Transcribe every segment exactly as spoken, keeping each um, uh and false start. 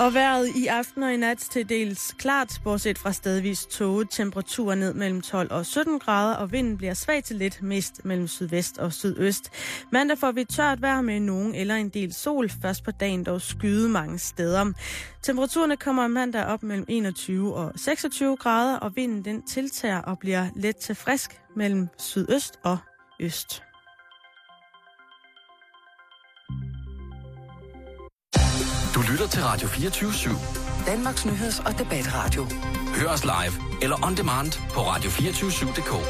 Og vejret i aften og i nat til dels klart, bortset fra stedvis tåget, temperaturer ned mellem tolv og sytten grader, og vinden bliver svag til lidt, mest mellem sydvest og sydøst. Mandag får vi tørt vejr med nogen eller en del sol, først på dagen dog skyde mange steder. Temperaturerne kommer mandag op mellem enogtyve og seksogtyve grader, og vinden den tiltager og bliver let til frisk mellem sydøst og øst. Du lytter til Radio fireogtyve syv. Danmarks nyheds- og debatradio. Hør os live eller on demand på radio to fire syv punktum d k.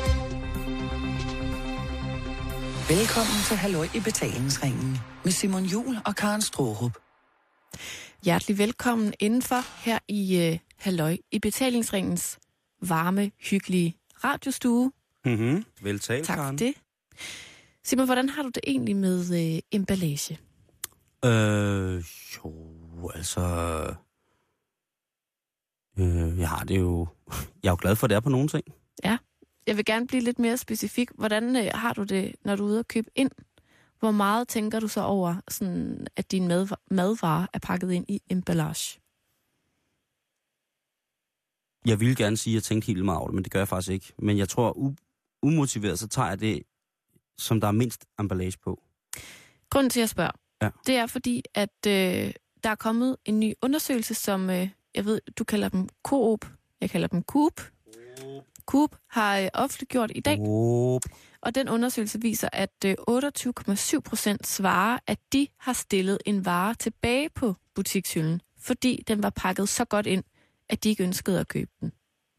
Velkommen til Halløj i betalingsringen med Simon Juhl og Karen Straarup. Hjertelig velkommen indenfor her i uh, Halløj i betalingsringens varme, hyggelige radiostue. Mhm. Veltalt, Tak Karen. for det. Simon, hvordan har du det egentlig med uh, emballage? Øh, jo, altså... Øh, jeg har det jo... Jeg er jo glad for, at det er på nogle ting. Ja, jeg vil gerne blive lidt mere specifik. Hvordan øh, har du det, når du er ude at købe ind? Hvor meget tænker du så over, sådan, at din mad, madvarer er pakket ind i emballage? Jeg ville gerne sige, at jeg tænkte helt meget over det, men det gør jeg faktisk ikke. Men jeg tror, u- umotiveret, så tager jeg det, som der er mindst emballage på. Grunden til, at jeg spørger, ja. det er fordi, at øh, der er kommet en ny undersøgelse, som øh, jeg ved, du kalder dem Coop. Jeg kalder dem Coop. Coop har øh, offentliggjort i dag. Coop. Og den undersøgelse viser, at øh, otteogtyve komma syv procent svarer, at de har stillet en vare tilbage på butikshylden, fordi den var pakket så godt ind, at de ikke ønskede at købe den.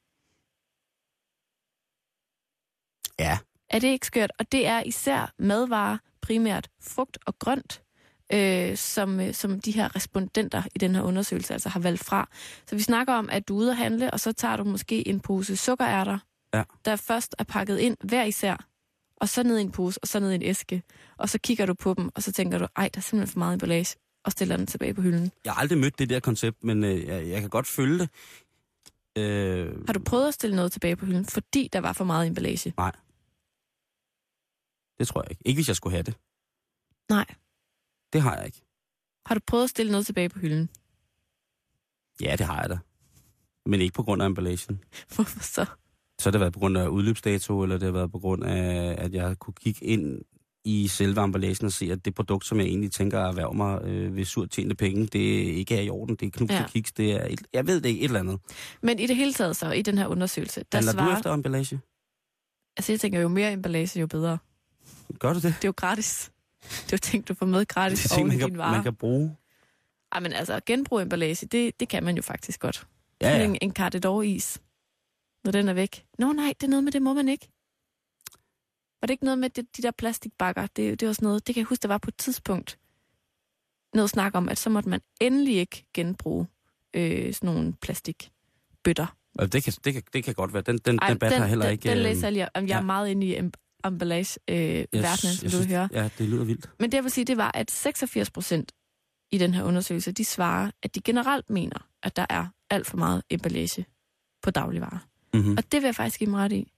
Ja. Er det ikke skørt? Og det er især madvarer, primært frugt og grønt, øh, som, øh, som de her respondenter i den her undersøgelse altså har valgt fra. Så vi snakker om, at du er ude at handle, og så tager du måske en pose sukkerærter, ja. der først er pakket ind hver især, og så ned i en pose, og så ned i en æske. Og så kigger du på dem, og så tænker du, ej, der er simpelthen for meget emballage, og stiller den tilbage på hylden. Jeg har aldrig mødt det der koncept, men øh, jeg, jeg kan godt følge det. Øh... Har du prøvet at stille noget tilbage på hylden, fordi der var for meget emballage? Nej. Det tror jeg ikke. Ikke hvis jeg skulle have det. Nej. Det har jeg ikke. Har du prøvet at stille noget tilbage på hylden? Ja, det har jeg da. Men ikke på grund af emballagen. Hvorfor så? Så har det været på grund af udløbsdato, eller det har været på grund af, at jeg kunne kigge ind i selve emballagen og se, at det produkt, som jeg egentlig tænker at erhverve mig øh, ved surt tjente penge, det ikke er i orden. Det er knuste ja. kiks, det er et, jeg ved det ikke, et eller andet. Men i det hele taget så, i den her undersøgelse, der Handler svarer... du efter emballage? Altså jeg tænker, jo mere emballage, jo bedre. Gør du det? Det er jo gratis. Det er jo ting, du får med gratis det er ting, oven i man din kan, vare. man kan bruge. Ej, men altså, genbrug emballage, det, det kan man jo faktisk godt. Ja, ja. En, en Carte d'Or-is, når den er væk. Nå nej, det er noget med, det må man ikke. Var det ikke noget med de, de der plastikbakker? Det, det var sådan noget, det kan jeg huske, der var på et tidspunkt noget snak om, at så måtte man endelig ikke genbruge øh, sådan nogle plastikbøtter. Altså, det, kan, det, kan, det kan godt være. Den, den Ej, debat den, har heller den, ikke... Den øh, læser jeg lige om. Jeg er ja. meget inde i emballage-verdenen, øh, som du hører. Ja, det lyder vildt. Men det jeg vil sige, det var, at seksogfirs procent i den her undersøgelse, de svarer, at de generelt mener, at der er alt for meget emballage på dagligvarer. Mm-hmm. Og det vil jeg faktisk give mig ret i.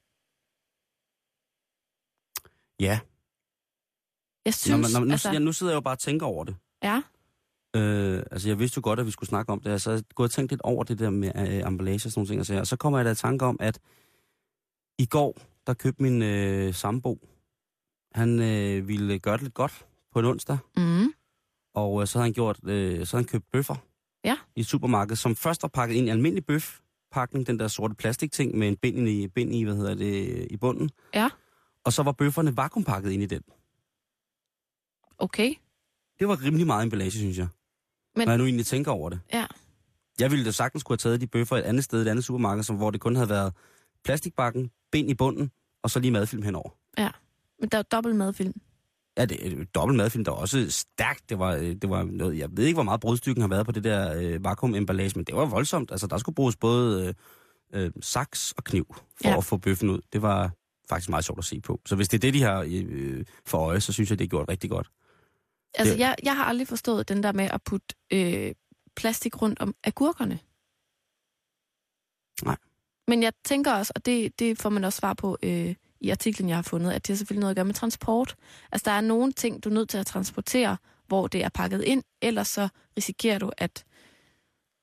Ja. Jeg synes, Nå, men, nu, altså... ja, nu sidder jeg jo bare og tænker over det. Ja. Øh, altså, jeg vidste jo godt, at vi skulle snakke om det, så jeg gået og tænkt lidt over det der med øh, emballage og sådan nogle ting. Og så, og så kommer jeg da i tanke om, at i går, der købte min øh, sambo, han øh, ville gøre det lidt godt på en onsdag. Mm. Og øh, så havde han gjort, øh, så havde han købt bøffer ja. i et supermarked, som først var pakket ind i almindelig bøfpakning, den der sorte plastikting med en bind i, bind i, hvad hedder det, i bunden. Ja. Og så var bøfferne vakuumpakket ind i den. Okay. Det var rimelig meget emballage, synes jeg. Men... Når jeg nu egentlig tænker over det. Ja. Jeg ville da sagtens kunne have taget de bøffer et andet sted, et andet supermarked, som, hvor det kun havde været plastikbakken, bind i bunden, og så lige madfilm henover. Ja, men der er dobbelt madfilm. Ja, det er dobbelt madfilm, der var også stærkt. Det var, det var noget, jeg ved ikke, hvor meget brudstykken har været på det der øh, vakuumemballage, men det var voldsomt. Altså, der skulle bruges både øh, øh, saks og kniv for ja. at få bøffen ud. Det var faktisk meget sjovt at se på. Så hvis det er det, de har øh, for øje, så synes jeg, det er gjort rigtig godt. Altså, det... jeg, jeg har aldrig forstået den der med at putte øh, plastik rundt om agurkerne. Nej. Men jeg tænker også, og det, det får man også svar på øh, i artiklen, jeg har fundet, at det har selvfølgelig noget at gøre med transport. Altså, der er nogle ting, du er nødt til at transportere, hvor det er pakket ind, ellers så risikerer du, at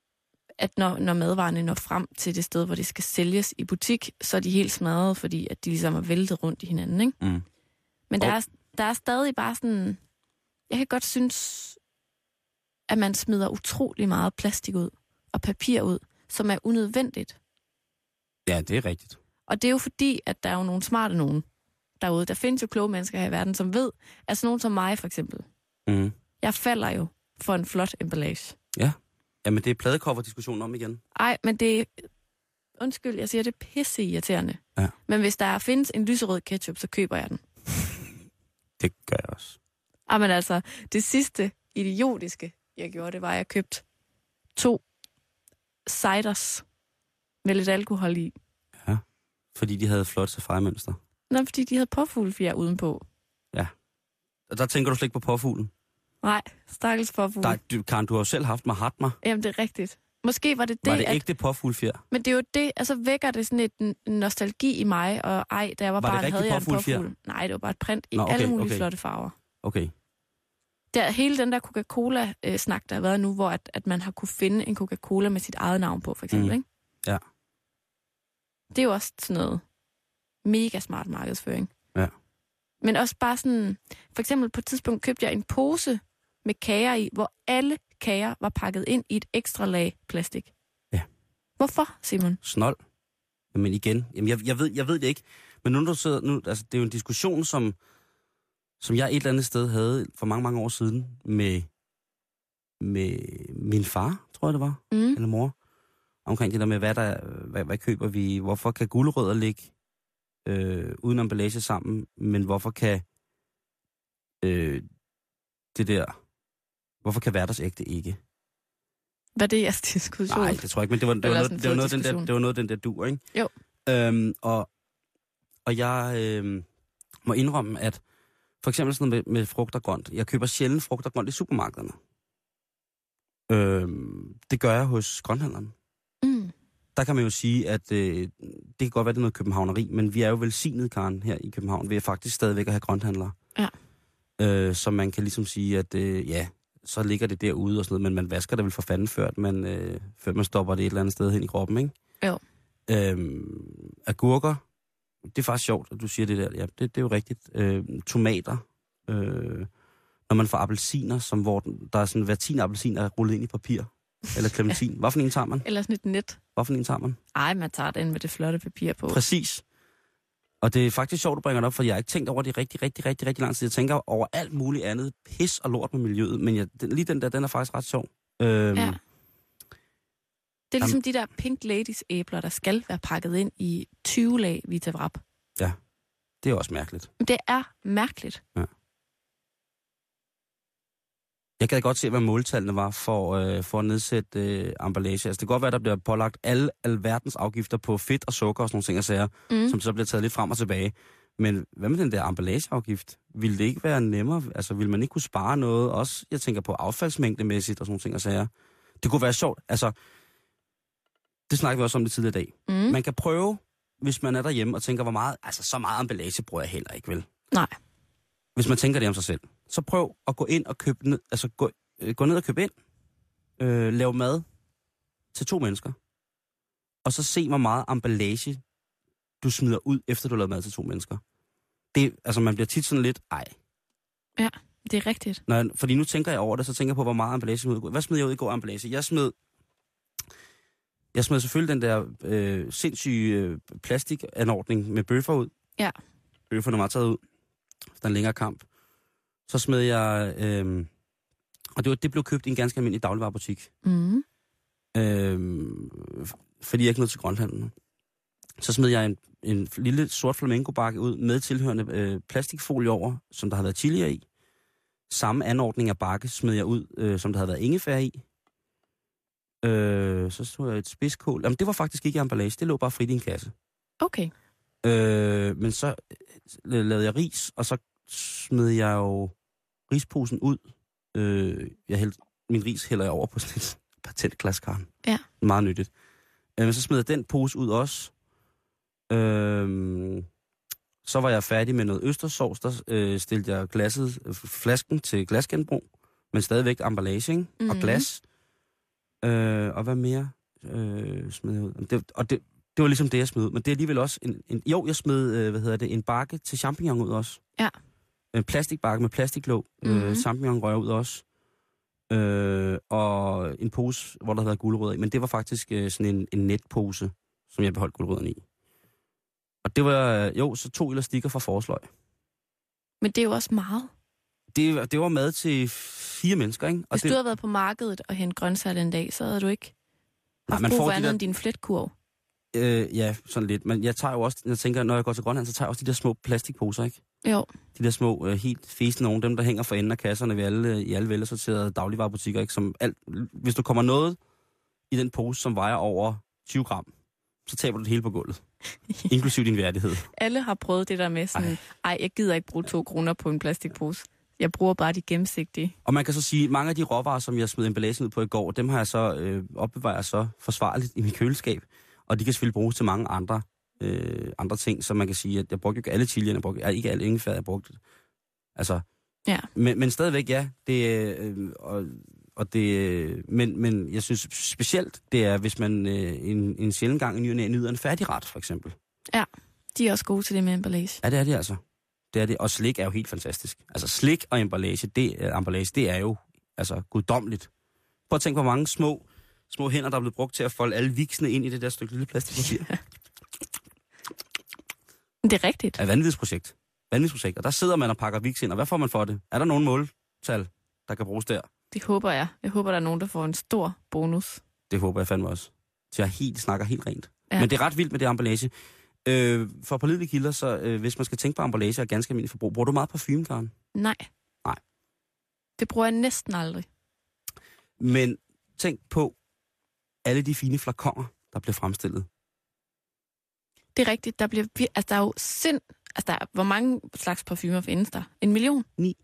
at når, når madvarerne når frem til det sted, hvor det skal sælges i butik, så er de helt smadret, fordi at de ligesom er væltet rundt i hinanden, ikke? Mm. Men der, Og- er, der er stadig bare sådan... Jeg kan godt synes, at man smider utrolig meget plastik ud og papir ud, som er unødvendigt. Ja, det er rigtigt. Og det er jo fordi, at der er jo nogle smarte nogen derude. Der findes jo kloge mennesker her i verden, som ved, at sådan nogen som mig for eksempel, Mm. jeg falder jo for en flot emballage. Ja. Jamen, det er pladekoffer-diskussionen om igen. Ej, men det er... Undskyld, jeg siger, det er pisse irriterende. Ja. Men hvis der findes en lyserød ketchup, så køber jeg den. Det gør jeg også. Ej, men altså, det sidste idiotiske, jeg gjorde, det var, at jeg købte to ciders med lidt alkohol i. Ja, fordi de havde flot safari-mønster. Nå, fordi de havde påfuglefjer udenpå. Ja. Og der tænker du slet ikke på påfuglen. Nej, stakkels påfugle. Der, du, Karen, du har jo selv haft Mahatma. Jamen, det er rigtigt. Måske var det det, Var det at... ikke det påfuglefjer? Men det er jo det, altså vækker det sådan et en nostalgi i mig, og ej, da jeg var, Var det barn, rigtig havde jeg en påfuglefjer? påfugl. Nej, det var bare et print i Nå, okay, alle mulige okay. flotte farver. Okay. Der, hele den der Coca-Cola-snak, der har været nu, hvor at, at man har kunne finde en Coca-Cola med sit eget navn på, for eksempel, Mm. ikke? Ja. Det er jo også sådan noget mega smart markedsføring. Ja. Men også bare sådan, for eksempel på et tidspunkt købte jeg en pose med kager i, hvor alle kager var pakket ind i et ekstra lag plastik. Ja. Hvorfor, Simon? Snold. Men igen, jamen jeg, jeg, ved, jeg ved det ikke. Men nu, når du sidder, nu, altså, det er jo en diskussion, som, som jeg et eller andet sted havde for mange, mange år siden med, med min far, tror jeg det var, Mm. eller mor, omkring det der med, hvad, der, hvad, hvad køber vi, hvorfor kan gulerødder ligge øh, uden emballage sammen, men hvorfor kan øh, det der, hvorfor kan hverdagsægte ikke? Hvad er det jeres diskussion? Nej, det tror jeg ikke, men det var, det Det var, var noget, sådan en det var fed noget, den der, diskussion. det var noget den der dur, ikke? Jo. Øhm, og, og jeg øh, må indrømme, at for eksempel sådan noget med, med frugt og grønt. Jeg køber sjældent frugt og grønt i supermarkederne. Øhm, det gør jeg hos grønthandleren. Mm. Der kan man jo sige, at øh, det kan godt være, det er noget københavneri, men vi er jo velsignet, Karen, her i København, ved at faktisk stadigvæk at have grønthandlere. Ja. Øh, så man kan ligesom sige, at øh, ja, så ligger det derude og sådan noget, men man vasker det vel for fanden før, man, øh, før man stopper det et eller andet sted hen i kroppen, ikke? Jo. Øhm, agurker, det er faktisk sjovt, at du siger det der. Ja, det, det er jo rigtigt. Øh, tomater, øh, når man får appelsiner, som hvor den, der er sådan hver tiende appelsin er rullet ind i papir. Eller clementin. Hvad for en tager man? Eller sådan et net. Hvad for en tager man? Ej, man tager den med det flotte papir på. Præcis. Og det er faktisk sjovt, at du bringer det op, for jeg har ikke tænkt over det rigtig, rigtig, rigtig, rigtig lang tid. Jeg tænker over alt muligt andet pis og lort med miljøet, men jeg, den, lige den der, den er faktisk ret sjov. Øhm, Ja. Det er ligesom de der Pink Ladies æbler, der skal være pakket ind i tyve lag Vita Wrap. Det er også mærkeligt. Men det er mærkeligt. Jeg kan godt se, hvad måltallene var for, øh, for at nedsætte øh, emballage. Altså, det kan godt være, at der bliver pålagt alle alverdens afgifter på fedt og sukker og sådan nogle ting og sager, Mm. som så bliver taget lidt frem og tilbage. Men hvad med den der emballageafgift? Ville det ikke være nemmere? Altså, ville man ikke kunne spare noget? Også, jeg tænker på affaldsmængdemæssigt og sådan nogle ting og sager. Det kunne være sjovt. Altså, det snakker vi også om det tidligere i dag. Mm. Man kan prøve, hvis man er derhjemme og tænker, hvor meget, altså så meget emballage bruger jeg heller ikke, vel? Nej. Hvis man tænker det om sig selv, så prøv at gå ind og købe ned, altså gå, øh, gå ned og købe ind, øh, lave mad til to mennesker, og så se, hvor meget emballage du smider ud, efter du har lavet mad til to mennesker. Det, altså man bliver tit sådan lidt, ej. Ja, det er rigtigt. Når jeg, fordi nu tænker jeg over det, så tænker jeg på, hvor meget emballage jeg smider ud. Hvad smed jeg ud i går emballage? Jeg smed, jeg smed selvfølgelig den der øh, sindssyge øh, plastikanordning med bøffer ud. Ja. Bøfferne var taget ud. Efter en længere kamp. Så smed jeg, øh, og det, var, det blev købt i en ganske almindelig dagligvarebutik. Mm. Øh, fordi jeg ikke nåede til grønthandlen. Så smed jeg en, en lille sort flamingobakke ud med tilhørende øh, plastikfolie over, som der havde været chili i. Samme anordning af bakke smed jeg ud, øh, som der havde været ingefær i. Øh, så stod jeg et spidskål. Jamen, det var faktisk ikke i emballage. Det lå bare frit i en kasse. Okay. Øh, men så øh, lavede jeg ris, og så smed jeg jo risposen ud. Øh, jeg hæld, min ris hælder jeg over på sådan et patentglaskarn. Ja. Meget nyttigt. Øh, men så smed jeg den pose ud også. Øh, så var jeg færdig med noget østersovs. Der øh, stillede jeg glasset, øh, flasken til glasgenbrug, men stadigvæk emballage, ikke? Mhm. Og glas. Øh, og hvad mere øh, smed jeg ud? Det, og det, det var ligesom det, jeg smed ud. Men det er alligevel også... En, en, jo, jeg smed, øh, hvad hedder det, en bakke til champignon ud også. Ja. En plastikbakke med plastiklåg. Mm-hmm. Øh, champignon røg ud også. Øh, og en pose, hvor der havde været gulerødder i. Men det var faktisk øh, sådan en, en netpose, som jeg beholdt gulerødderne i. Og det var, øh, jo, så to elastikker fra forsløg. Men det er jo også meget. Det, det var mad til fire mennesker, ikke? Og Hvis det, du havde været på markedet og hentet grøntsager den dag, så havde du ikke nej, haft man brug får for de andet der, end din fletkurv. Øh, ja, sådan lidt. Men jeg tager jo også, jeg tænker, når jeg går til Grønland, så tager jeg også de der små plastikposer, ikke? Jo. De der små, øh, helt fæsende nogle, dem der hænger for enden af kasserne ved alle, i alle velsorterede dagligvarebutikker, ikke? Som alt, hvis du kommer noget i den pose, som vejer over tyve gram, så taber du det hele på gulvet. Inklusiv din værdighed. Alle har prøvet det der med sådan, ej, ej jeg gider ikke bruge to kroner på en plastikpose. Jeg bruger bare de gennemsigtige. Og man kan så sige, at mange af de råvarer, som jeg smed emballagen ud på i går, dem har jeg så øh, opbevaret så forsvarligt i mit køleskab. Og de kan selvfølgelig bruges til mange andre, øh, andre ting, så man kan sige, at jeg brugte ikke alle chilien, jeg brugte ikke alle ingefær, jeg brugte. Altså, ja. men, men stadigvæk, ja. Det, øh, og, og det, men, men jeg synes specielt, det er, hvis man øh, en, en sjældent gang i ny og næ nyder en færdigret, for eksempel. Ja, de er også gode til det med emballage. Ja, det er det altså. Det er det. Og slik er jo helt fantastisk. Altså slik og emballage, det, uh, emballage, det er jo altså guddommeligt. Prøv at tænke på, hvor mange små, små hænder, der er blevet brugt til at folde alle viksene ind i det der stykke lille plastikpapir. Ja. Det er rigtigt. Det er et vanvidsprojekt. Vanvidsprojekt. Og der sidder man og pakker viks ind, og hvad får man for det? Er der nogen måltal, der kan bruges der? Det håber jeg. Jeg håber, der er nogen, der får en stor bonus. Det håber jeg fandme også. Så jeg helt, snakker helt rent. Ja. Men det er ret vildt med det emballage. Øh, for pålidelige kilder, så øh, hvis man skal tænke på emballage og ganske almindelig forbrug, bruger du meget parfume, Karen? Nej. Nej. Det bruger jeg næsten aldrig. Men tænk på alle de fine flakoner, der bliver fremstillet. Det er rigtigt. Der bliver, altså, der er jo sind... Altså, der er, hvor mange slags parfumer findes der? En million? Ni.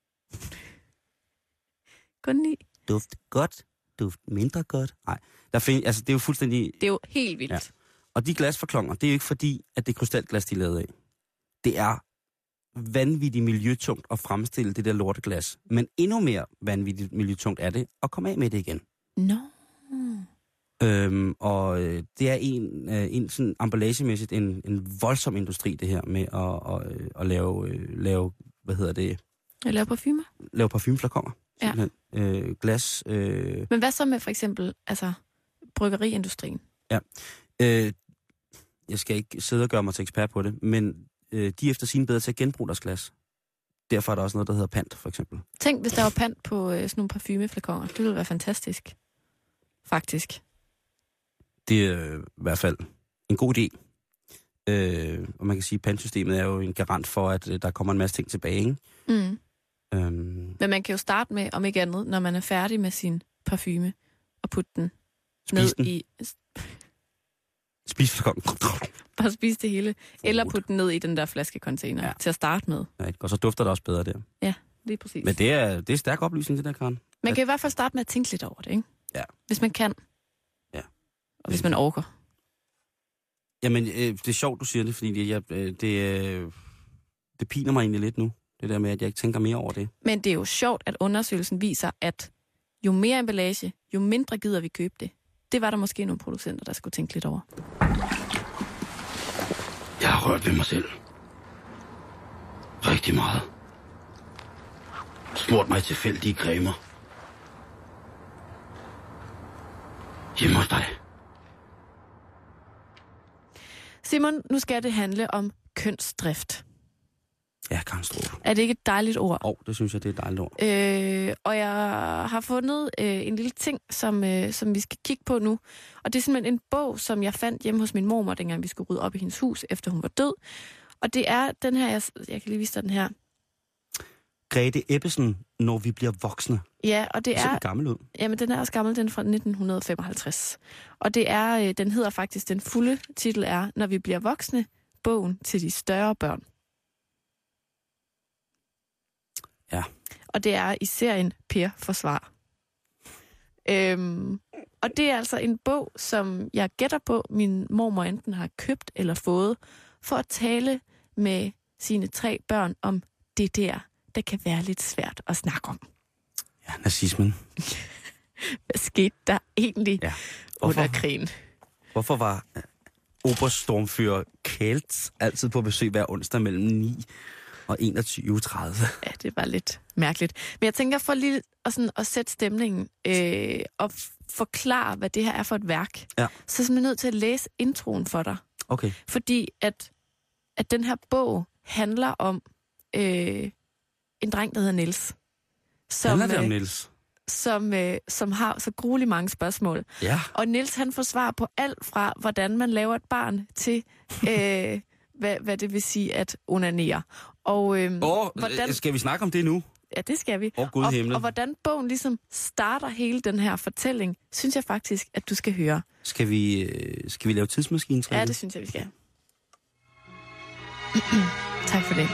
Kun ni. Duft godt, duft mindre godt. Nej, der find, altså, det er jo fuldstændig... Det er jo helt vildt. Ja. Og de glasforklonger, det er jo ikke fordi, at det er krystalglas, de er lavet af. Det er vanvittigt miljøtungt at fremstille det der lorteglas. Men endnu mere vanvittigt miljøtungt er det at komme af med det igen. Nå. No. Øhm, og øh, det er en, øh, en sådan emballagemæssigt en, en voldsom industri, det her med at, at, at lave, øh, lave, hvad hedder det? At lave parfumer? Lave parfumeflakoner. Ja. Øh, glas. Øh... Men hvad så med for eksempel altså, bryggeriindustrien? Ja. Øh, jeg skal ikke sidde og gøre mig til ekspert på det, men øh, de er efter sin bedre til at genbruge deres glas. Derfor er der også noget, der hedder pant, for eksempel. Tænk, hvis der var pant på øh, sådan nogle parfumeflakoner. Det ville være fantastisk. Faktisk. Det er øh, i hvert fald en god idé. Øh, og man kan sige, at pantsystemet er jo en garant for, at øh, der kommer en masse ting tilbage, ikke? Mm. Øhm... Men man kan jo starte med, om ikke andet, når man er færdig med sin parfume, og putte den Spis ned den. i... Spis flakon. Bare spise det hele. Eller putte den ned i den der flaskecontainer ja. til at starte med. Ja, og så dufter det også bedre der. Ja, lige præcis. Men det er, det er stærk oplysning, det der, Karen. Man kan i hvert fald starte med at tænke lidt over det, ikke? Ja. Hvis man kan. Ja. Og hvis man orker. Jamen, øh, det er sjovt, du siger det, fordi det, jeg, øh, det, øh, det piner mig egentlig lidt nu. Det der med, at jeg ikke tænker mere over det. Men det er jo sjovt, at undersøgelsen viser, at jo mere emballage, jo mindre gider vi købe det. Det var der måske nogle producenter, der skulle tænke lidt over. Jeg har rørt ved mig selv. Rigtig meget. Smurt mig tilfældige cremer. Hjemme hos dig. Simon, nu skal det handle om kønsdrift. Ja, Karen Strup. Er det ikke et dejligt ord? Åh, oh, det synes jeg, det er et dejligt ord. Øh, og jeg har fundet øh, en lille ting, som, øh, som vi skal kigge på nu. Og det er simpelthen en bog, som jeg fandt hjemme hos min mormor, dengang vi skulle rydde op i hendes hus, efter hun var død. Og det er den her, jeg, jeg kan lige vise dig den her. Grete Ebbesen, Når vi bliver voksne. Ja, og det er... er... gammel ud. Jamen, den er også gammel, den er fra nitten femoghalvtreds. Og det er, øh, den hedder faktisk, den fulde titel er, Når vi bliver voksne, bogen til de større børn. Ja. Og det er i serien Per Forsvar. Øhm, og det er altså en bog, som jeg gætter på, min mormor enten har købt eller fået, for at tale med sine tre børn om det der, der kan være lidt svært at snakke om. Ja, nazismen. Hvad skete der egentlig ja. under krigen. Hvorfor var oberstormfører Keltz altid på besøg hver onsdag mellem ni og enogtyve tredive? Ja, det var lidt mærkeligt. Men jeg tænker for lige at, sådan, at sætte stemningen øh, og forklare, hvad det her er for et værk, ja. så er jeg nødt til at læse introen for dig. Okay. Fordi at, at den her bog handler om øh, en dreng, der hedder Niels. Som, handler det om Niels? Som, øh, som har så grueligt mange spørgsmål. Ja. Og Niels, han får svar på alt fra, hvordan man laver et barn, til øh, hvad, hvad det vil sige at onanere. Og øh, oh, hvordan... skal vi snakke om det nu? Ja, det skal vi. Oh, Gud og, himlen. og hvordan bogen ligesom starter hele den her fortælling, synes jeg faktisk, at du skal høre. Skal vi, øh, skal vi lave tidsmaskinen? Ja, det synes jeg, vi skal. Tak for det.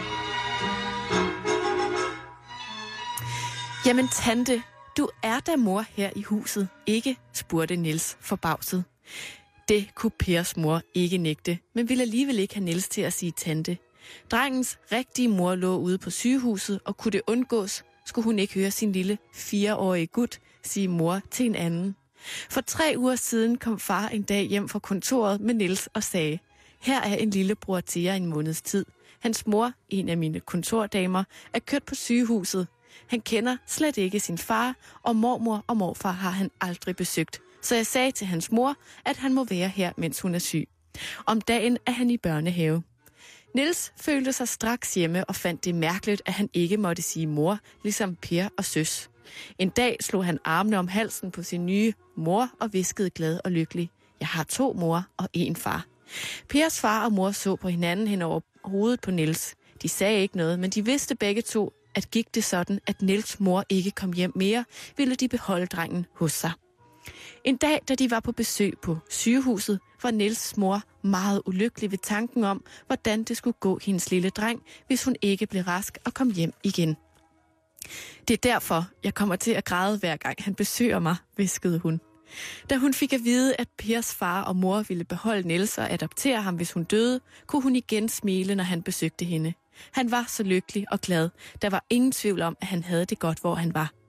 Jamen, tante, du er da mor her i huset, ikke? Spurgte Niels forbavset. Det kunne Pers mor ikke nægte, men ville alligevel ikke have Niels til at sige tante. Drengens rigtige mor lå ude på sygehuset, og kunne det undgås, skulle hun ikke høre sin lille fireårige gut sige mor til en anden. For tre uger siden kom far en dag hjem fra kontoret med Niels og sagde, her er en lillebror til jer en måneds tid. Hans mor, en af mine kontordamer, er kørt på sygehuset. Han kender slet ikke sin far, og mormor og morfar har han aldrig besøgt. Så jeg sagde til hans mor, at han må være her, mens hun er syg. Om dagen er han i børnehave. Niels følte sig straks hjemme og fandt det mærkeligt, at han ikke måtte sige mor, ligesom Per og søs. En dag slog han armene om halsen på sin nye mor og viskede glad og lykkelig. Jeg har to mor og en far. Pers far og mor så på hinanden hen over hovedet på Niels. De sagde ikke noget, men de vidste begge to, at gik det sådan, at Niels mor ikke kom hjem mere, ville de beholde drengen hos sig. En dag, da de var på besøg på sygehuset, var Niels mor meget ulykkelig ved tanken om, hvordan det skulle gå hendes lille dreng, hvis hun ikke blev rask og kom hjem igen. Det er derfor, jeg kommer til at græde hver gang han besøger mig, hviskede hun. Da hun fik at vide, at Pers far og mor ville beholde Niels og adoptere ham, hvis hun døde, kunne hun igen smile, når han besøgte hende. Han var så lykkelig og glad. Der var ingen tvivl om, at han havde det godt, hvor han var.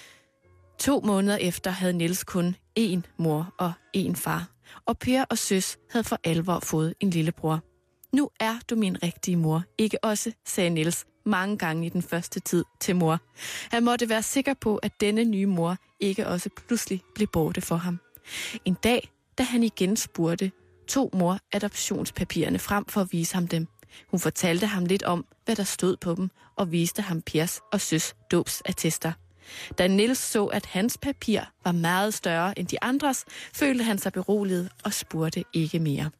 To måneder efter havde Niels kun én mor og én far, og Per og søs havde for alvor fået en lillebror. Nu er du min rigtige mor, ikke også, sagde Niels mange gange i den første tid til mor. Han måtte være sikker på, at denne nye mor ikke også pludselig blev borte for ham. En dag, da han igen spurgte, tog mor adoptionspapirerne frem for at vise ham dem. Hun fortalte ham lidt om, hvad der stod på dem, og viste ham Pers og søs dåbsattester. Da Niels så, at hans papir var meget større end de andres, følte han sig beroliget og spurgte ikke mere.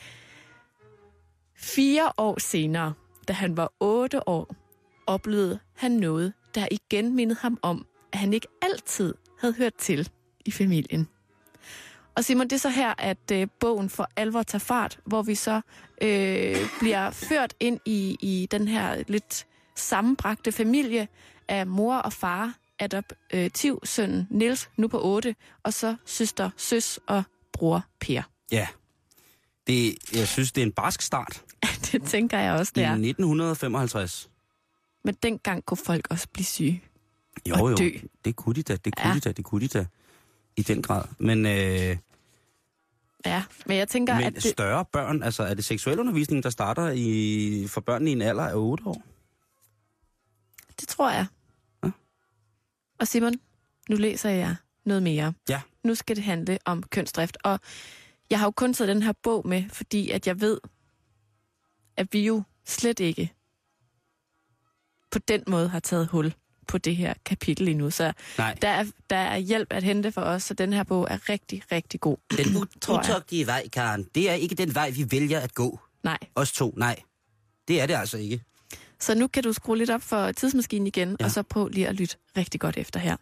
Fire år senere, da han var otte år, oplevede han noget, der igen mindede ham om, at han ikke altid havde hørt til i familien. Og Simon, det er så her, at øh, bogen for alvor tager fart, hvor vi så øh, bliver ført ind i, i den her lidt sammenbragte familie af mor og far, adoptivsønnen Niels, nu på otte, og så søster, søs og bror Per. Ja, det, jeg synes, det er en barsk start. Det tænker jeg også, det er. I nitten femoghalvtreds. Men dengang kunne folk også blive syge. Jo, og jo, dø. det kunne de da, det kunne Ja. de da, det kunne de da. I den grad. Men, øh, Ja, men jeg tænker, men at det... større børn, altså er det seksualundervisning, der starter i, for børn i en alder af otte år? Det tror jeg. Ja. Og Simon, nu læser jeg noget mere. Ja. Nu skal det handle om kønsdrift, og jeg har jo kun taget den her bog med, fordi at jeg ved, at vi jo slet ikke på den måde har taget hul på det her kapitel endnu. Så Nej. der er, der er hjælp at hente for os, så den her bog er rigtig, rigtig god. Den tror jeg. utogtige vej, Karen, det er ikke den vej, vi vælger at gå. Nej. Os to, nej. Det er det altså ikke. Så nu kan du skrue lidt op for tidsmaskinen igen, Ja. og så prøv lige at lytte rigtig godt efter her.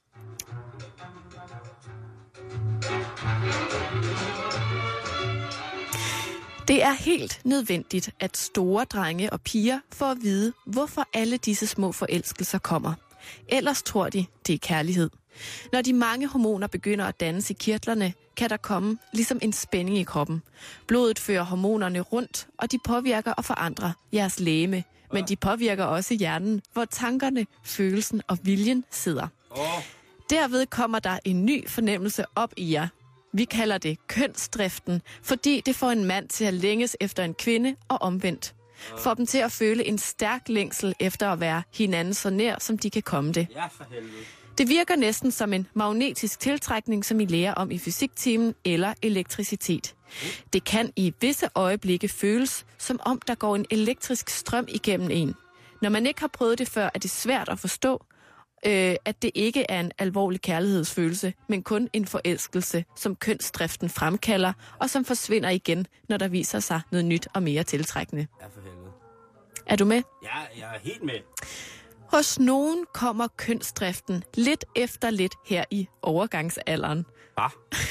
Det er helt nødvendigt, at store drenge og piger får at vide, hvorfor alle disse små forelskelser kommer. Ellers tror de, det er kærlighed. Når de mange hormoner begynder at dannes i kirtlerne, kan der komme ligesom en spænding i kroppen. Blodet fører hormonerne rundt, og de påvirker og forandrer jeres legeme. Men de påvirker også hjernen, hvor tankerne, følelsen og viljen sidder. Derved kommer der en ny fornemmelse op i jer. Vi kalder det kønsdriften, fordi det får en mand til at længes efter en kvinde og omvendt. Får dem til at føle en stærk længsel efter at være hinanden så nær, som de kan komme det. Ja, for helvede. Det virker næsten som en magnetisk tiltrækning, som I lærer om i fysiktimen, eller elektricitet. Det kan i visse øjeblikke føles, som om der går en elektrisk strøm igennem en. Når man ikke har prøvet det før, er det svært at forstå, øh, at det ikke er en alvorlig kærlighedsfølelse, men kun en forelskelse, som kønsdriften fremkalder, og som forsvinder igen, når der viser sig noget nyt og mere tiltrækkende. Ja, for helvede. Er du med? Ja, jeg er helt med. Hos nogen kommer kønsdriften lidt efter lidt her i overgangsalderen. Hvad?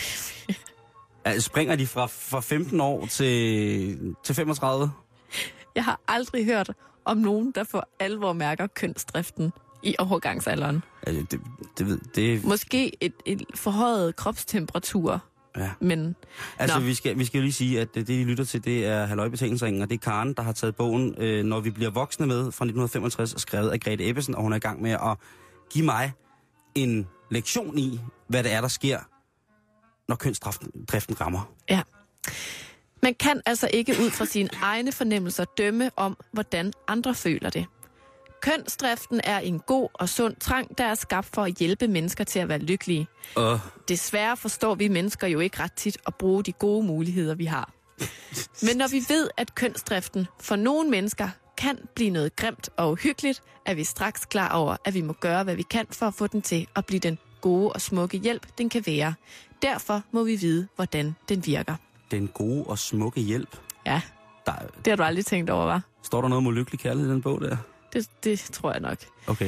Altså, springer de fra, fra femten år til, til femogtredive? Jeg har aldrig hørt om nogen, der for alvor mærker kønsdriften i overgangsalderen. Altså, det, det, ved, det... Måske et, et forhøjet kropstemperatur. Ja. Men, altså, nå. vi skal, vi skal jo lige sige, at det, de lytter til, det er Halløj Betalingsringen, og det er Karen, der har taget bogen, øh, Når vi bliver voksne med, fra nitten femogtres, skrevet af Grete Ebbesen, og hun er i gang med at give mig en lektion i, hvad det er, der sker, når kønsdriften rammer. Ja. Man kan altså ikke ud fra sine egne fornemmelser dømme om, hvordan andre føler det. Kønsdriften er en god og sund trang, der er skabt for at hjælpe mennesker til at være lykkelige. Uh. Desværre forstår vi mennesker jo ikke ret tit at bruge de gode muligheder, vi har. Men når vi ved, at kønsdriften for nogle mennesker kan blive noget grimt og uhyggeligt, er vi straks klar over, at vi må gøre, hvad vi kan for at få den til at blive den gode og smukke hjælp, den kan være. Derfor må vi vide, hvordan den virker. Den gode og smukke hjælp? Ja, der... det har du aldrig tænkt over, hva'? Står der noget om ulykkelig kærlighed i den bog der? Det, det tror jeg nok. Okay.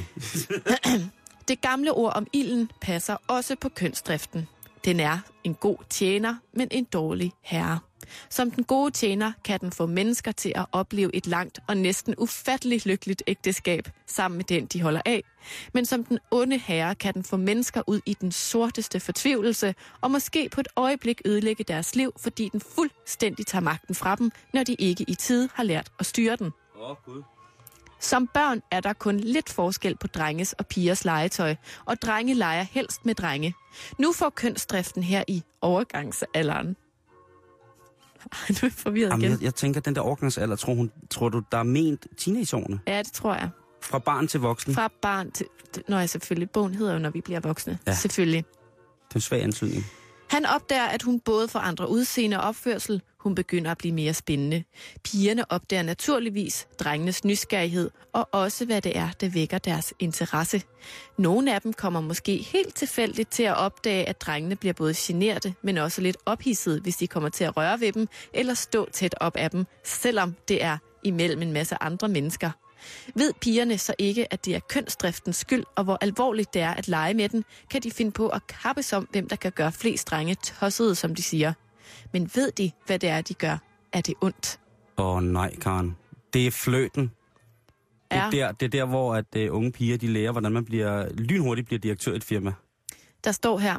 Det gamle ord om ilden passer også på kønsdriften. Den er en god tjener, men en dårlig herre. Som den gode tjener kan den få mennesker til at opleve et langt og næsten ufatteligt lykkeligt ægteskab sammen med den, de holder af. Men som den onde herre kan den få mennesker ud i den sorteste fortvivlelse og måske på et øjeblik ødelægge deres liv, fordi den fuldstændig tager magten fra dem, når de ikke i tide har lært at styre den. Åh, oh, Gud. Som børn er der kun lidt forskel på drenges og pigers legetøj, og drenge leger helst med drenge. Nu får kønsdriften her i overgangsalderen. Nu er jeg forvirret igen. Jamen, jeg, jeg tænker, at den der overgangsalder, tror, hun, tror du, der er ment teenageårene? Ja, det tror jeg. Fra barn til voksen? Fra barn til... Nå ja, selvfølgelig. Bogen hedder jo, Når vi bliver voksne. Ja. Selvfølgelig. Det er en svag ansøgning. Han opdager, at hun både forandrer udseende og opførsel. Hun begynder at blive mere spændende. Pigerne opdager naturligvis drengenes nysgerrighed, og også hvad det er, der vækker deres interesse. Nogle af dem kommer måske helt tilfældigt til at opdage, at drengene bliver både generte, men også lidt ophidsede, hvis de kommer til at røre ved dem, eller stå tæt op af dem, selvom det er imellem en masse andre mennesker. Ved pigerne så ikke, at det er kønsdriftens skyld, og hvor alvorligt det er at lege med den, kan de finde på at kappes om, hvem der kan gøre flest drenge tossede, som de siger. Men ved de, hvad det er, de gør? Er det ondt? Åh oh, nej, Karen. Det er fløten. Det er, ja. der, det er der, hvor at, uh, unge piger de lærer, hvordan man bliver lynhurtigt bliver direktør i et firma. Der står her.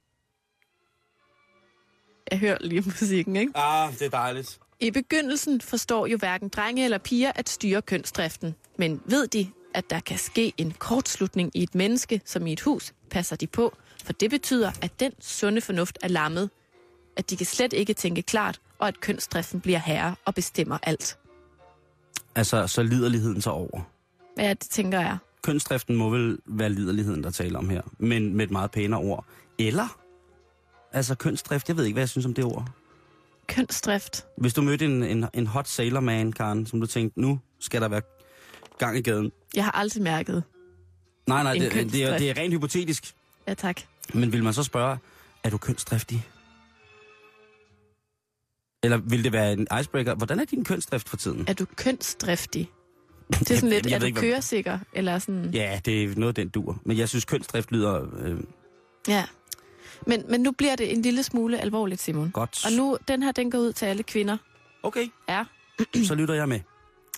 Jeg hører lige musikken, ikke? Ah, det er dejligt. I begyndelsen forstår jo hverken drenge eller piger at styre kønsdriften. Men ved de, at der kan ske en kortslutning i et menneske, som i et hus, passer de på. For det betyder, at den sunde fornuft er lammet. At de kan slet ikke tænke klart, og at kønsdriften bliver herre og bestemmer alt. Altså, så liderligheden så over. Ja, det tænker jeg. Kønsdriften må vel være liderligheden, der taler om her. Men med et meget pænere ord. Eller? Altså kønsdrift, jeg ved ikke, hvad jeg synes om det ord. Kønsdrift. Hvis du mødte en, en, en hot sailor man, Karen, som du tænkte, nu skal der være gang i gaden. Jeg har aldrig mærket. Nej, nej, det, det, er, det er rent hypotetisk. Ja, tak. Men vil man så spørge, er du kønsdriftig? Eller vil det være en icebreaker? Hvordan er din kønsdrift for tiden? Er du kønsdriftig? Det er sådan lidt, er du ikke, køresikker? Eller sådan... Ja, det er noget, den dur. Men jeg synes, kønsdrift lyder... Øh... Ja. Men, men nu bliver det en lille smule alvorligt, Simon. Godt. Og nu, den her, den går ud til alle kvinder. Okay. Ja. Så lytter jeg med.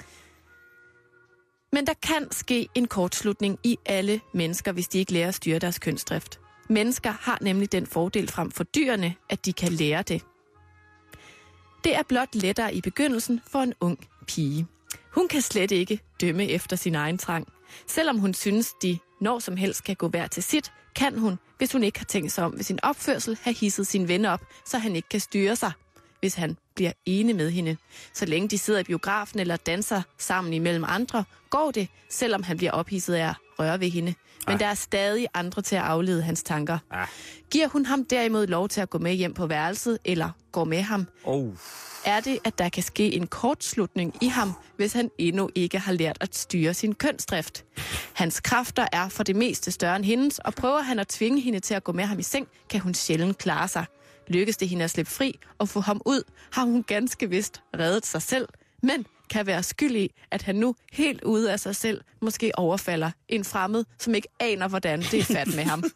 Men der kan ske en kortslutning i alle mennesker, hvis de ikke lærer at styre deres kønsdrift. Mennesker har nemlig den fordel frem for dyrene, at de kan lære det. Det er blot lettere i begyndelsen for en ung pige. Hun kan slet ikke dømme efter sin egen trang. Selvom hun synes, de når som helst kan gå hver til sit, kan hun, hvis hun ikke har tænkt sig om ved sin opførsel, have hisset sin ven op, så han ikke kan styre sig, hvis han bliver enig med hende. Så længe de sidder i biografen eller danser sammen imellem andre, går det, selvom han bliver ophidset af at røre ved hende. Men ah. der er stadig andre til at aflede hans tanker. Ah. Giver hun ham derimod lov til at gå med hjem på værelset, eller går med ham, oh. er det, at der kan ske en kortslutning i ham, hvis han endnu ikke har lært at styre sin kønsdrift. Hans kræfter er for det meste større end hendes, og prøver han at tvinge hende til at gå med ham i seng, kan hun sjældent klare sig. Lykkes det hende at slippe fri og få ham ud, har hun ganske vist reddet sig selv, men kan være skyld i, at han nu helt ude af sig selv måske overfalder en fremmed, som ikke aner, hvordan det er fat med ham.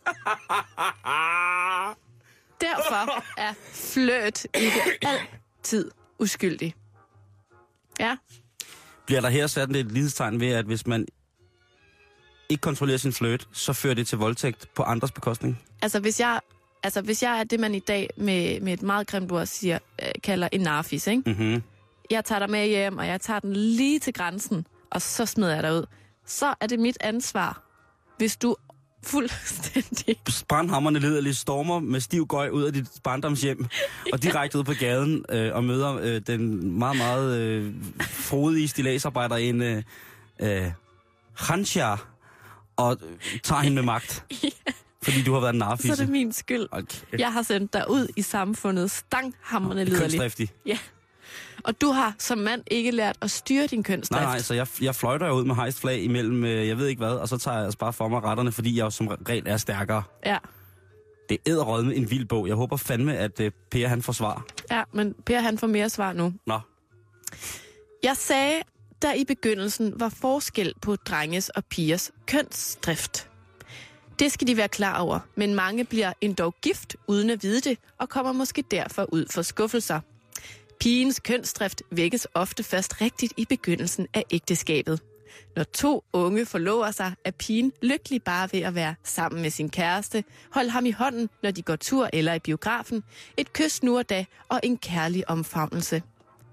Derfor er flirt ikke altid uskyldig. Ja. Bliver der her sat et lighedstegn ved, at hvis man ikke kontrollerer sin flirt, så fører det til voldtægt på andres bekostning? Altså, hvis jeg, altså, hvis jeg er det, man i dag med, med et meget grimt ord siger, øh, kalder en narfis, ikke? Mm-hmm. Jeg tager dig med hjem, og jeg tager den lige til grænsen, og så smider jeg dig ud. Så er det mit ansvar, hvis du fuldstændig... Brandhammerne liderligt stormer med stiv gøj ud af dit barndomshjem, og direkte ud på gaden øh, og møder øh, den meget, meget øh, frodige stilladsarbejder en øh, øh, Hansja, og øh, tager hende med magt. Ja. Fordi du har været en narfisse. Så er det min skyld. Okay. Jeg har sendt dig ud i samfundet stanghammerne liderligt. Kønsdriftig. Ja. Og du har som mand ikke lært at styre din kønsdrift. Nej, nej, så jeg, jeg fløjter jo ud med hejst flag imellem, øh, jeg ved ikke hvad, og så tager jeg altså bare for mig retterne, fordi jeg jo som regel er stærkere. Ja. Det er edderrød med en vild bog. Jeg håber fandme, at øh, Per han får svar. Ja, men Per han får mere svar nu. Nå. Jeg sagde, der i begyndelsen var forskel på drenges og pigers kønsdrift. Det skal de være klar over, men mange bliver endog gift uden at vide det, og kommer måske derfor ud for skuffelser. Pigens kønsdrift vækkes ofte først rigtigt i begyndelsen af ægteskabet. Når to unge forlover sig, er pigen lykkelig bare ved at være sammen med sin kæreste, holde ham i hånden, når de går tur eller i biografen, et kys nu og da og en kærlig omfavnelse.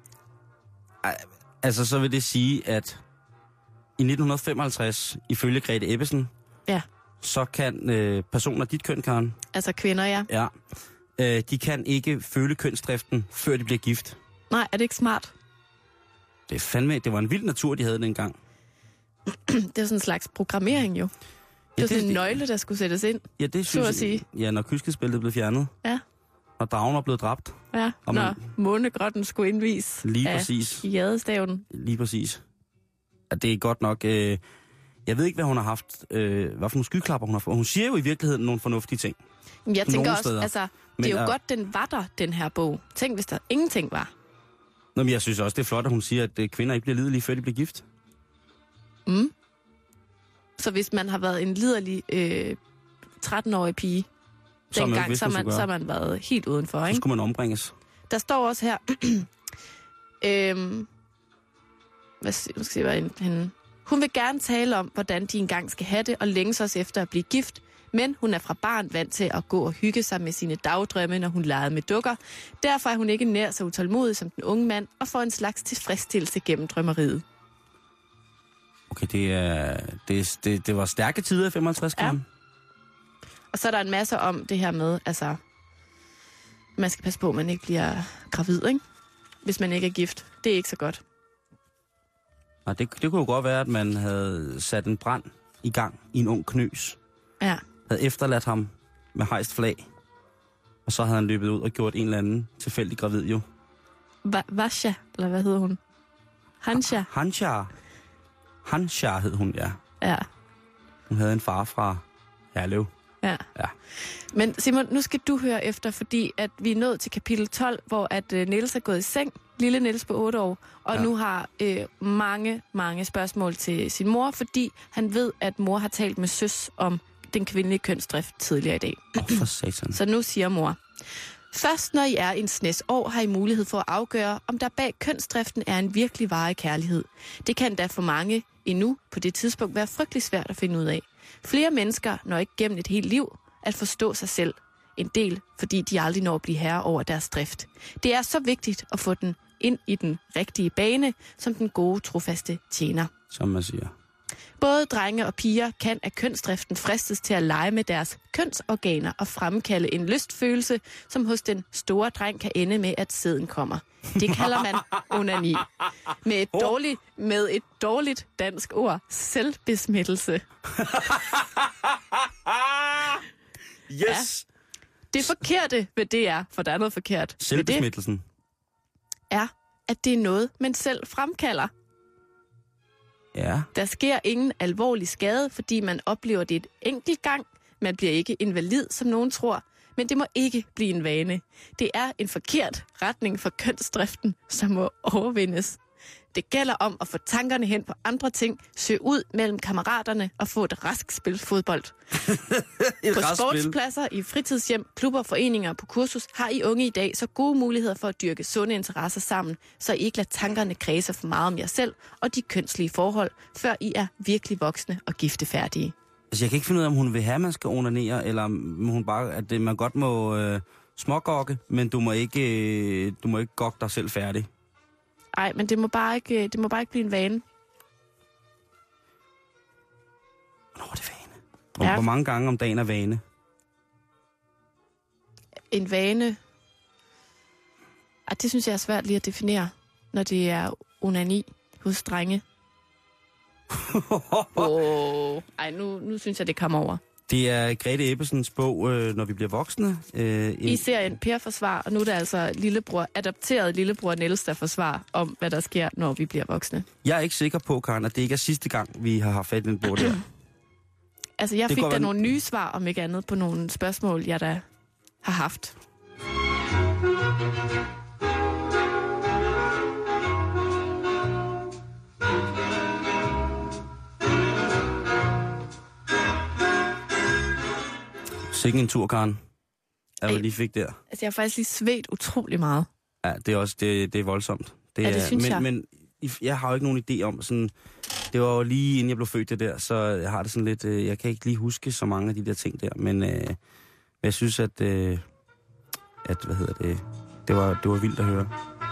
Altså, så vil det sige, at i nitten femoghalvtreds, ifølge Grete Ebbesen, ja. så kan øh, personer dit køn, Karen... Altså kvinder, ja. Ja. Øh, de kan ikke føle kønsdriften, før de bliver gift. Nej, er det ikke smart? Det er fandme... Det var en vild natur, de havde dengang. Det er sådan en slags programmering, jo. Det ja, var sådan en nøgle, der skulle sættes ind, ja, det synes så at sige. Ja, når kyskespillet blev fjernet. Ja. Når dragen var blevet dræbt. Ja, og når man, månegrotten skulle indvise lige præcis. Af jadestaven. Lige præcis. Ja, det er godt nok... Øh, jeg ved ikke, hvad hun har haft... Øh, hvad for nogle skyklapper hun har fået. Hun siger jo i virkeligheden nogle fornuftige ting. Jeg tænker også, steder. altså... Det er jo men, godt, den var der, den her bog. Tænk, hvis der ingenting var. Nå, men jeg synes også, det er flot, at hun siger, at kvinder ikke bliver liderlige, før de bliver gift. Mm. Så hvis man har været en liderlig øh, tretten-årig pige, så dengang, så har man, så man været helt udenfor, ikke? Så skulle man ombringes. Der står også her... øhm, hvad skal jeg se, hvad hende? Hun vil gerne tale om, hvordan de engang skal have det, og længes os efter at blive gift. Men hun er fra barn vant til at gå og hygge sig med sine dagdrømme, når hun legede med dukker. Derfor er hun ikke nær så utålmodig som den unge mand, og får en slags tilfredsstillelse gennem drømmeriet. Okay, det, er, det, det, det var stærke tider i femoghalvtreds. Ja. Og så er der en masse om det her med, altså, man skal passe på, at man ikke bliver gravid, ikke? Hvis man ikke er gift. Det er ikke så godt. Nej, det, det kunne jo godt være, at man havde sat en brand i gang i en ung knøs. Ja. Havde efterladt ham med hejst flag, og så havde han løbet ud og gjort en eller anden tilfældig gravid jo. Va- Vasha, eller hvad hedder hun? Hansja. Hansja. Hansja hed hun, ja. Ja. Hun havde en far fra Herlev. Ja. Ja. Men Simon, nu skal du høre efter, fordi at vi er nået til kapitel tolv, hvor at uh, Niels er gået i seng, lille Niels på otte år, og ja. nu har øh, mange, mange spørgsmål til sin mor, fordi han ved, at mor har talt med søs om den kvindelige kønsdrift tidligere i dag. Åh, oh, for satan. Så nu siger mor: først når I er en snes år, har I mulighed for at afgøre, om der bag kønsdriften er en virkelig varig kærlighed. Det kan da for mange endnu på det tidspunkt være frygtelig svært at finde ud af. Flere mennesker når ikke gennem et helt liv at forstå sig selv. En del, fordi de aldrig når at blive herre over deres drift. Det er så vigtigt at få den ind i den rigtige bane, som den gode, trofaste tjener. Som man siger. Både drenge og piger kan af kønsdriften fristes til at lege med deres kønsorganer og fremkalde en lystfølelse, som hos den store dreng kan ende med, at sæden kommer. Det kalder man onani. Med et dårligt, med et dårligt dansk ord, selvbesmittelse. Yes! Ja. Det forkerte ved det er, for der er noget forkert. Selvbesmittelsen. Er, at det er noget, man selv fremkalder. Ja. Der sker ingen alvorlig skade, fordi man oplever det et enkelt gang. Man bliver ikke invalid, som nogen tror. Men det må ikke blive en vane. Det er en forkert retning for kønsdriften, som må overvindes. Det gælder om at få tankerne hen på andre ting, søge ud mellem kammeraterne og få et rask spil fodbold. På sportspladser, i fritidshjem, klubber, foreninger og på kursus har I unge i dag så gode muligheder for at dyrke sunde interesser sammen, så I ikke lader tankerne kredse for meget om jer selv og de kønslige forhold, før I er virkelig voksne og giftefærdige. Altså, jeg kan ikke finde ud af, om hun vil have, at man skal onanere, eller om hun bare, at det, man godt må øh, smågokke, men du må ikke, øh, du må ikke gokke dig selv færdig. Nej, men det må, bare ikke, det må bare ikke blive en vane. Hvornår er det vane? Hvor, Ja. hvor mange gange om dagen er vane? En vane... Ej, det synes jeg er svært lige at definere, når det er onani hos drenge. oh. Ej, nu, nu synes jeg, det kommer over. Det er Grete Ebbesens bog, øh, Når vi bliver voksne. Øh, en... I serien Per forsvar, og nu er det altså lillebror, adopteret lillebror Niels, der forsvar om, hvad der sker, når vi bliver voksne. Jeg er ikke sikker på, Karen, at det ikke er sidste gang, vi har haft fat i den bog der. Altså, jeg Det fik går da vel- nogle nye svar, om ikke andet, på nogle spørgsmål, jeg da har haft. Sikke en tur, Karen. At vi Ej. lige fik der. Altså, jeg har faktisk lige svedt utrolig meget. Ja, det er også det, det er voldsomt. Det Ja, det er, synes men, jeg. Men I- jeg har jo ikke nogen idé om sådan... Det var jo lige inden jeg blev født det der, så jeg har det sådan lidt... Øh, jeg kan ikke lige huske så mange af de der ting der, men øh, men jeg synes, at... Øh, at, hvad hedder det... Det var, det var vildt at høre.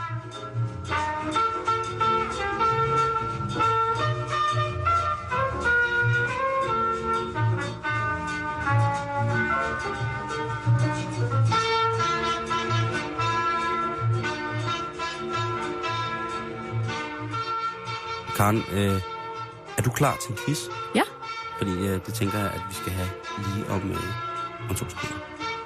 Karen, øh, er du klar til en quiz? Ja. Fordi øh, det tænker jeg, at vi skal have lige om, øh, om to sekunder.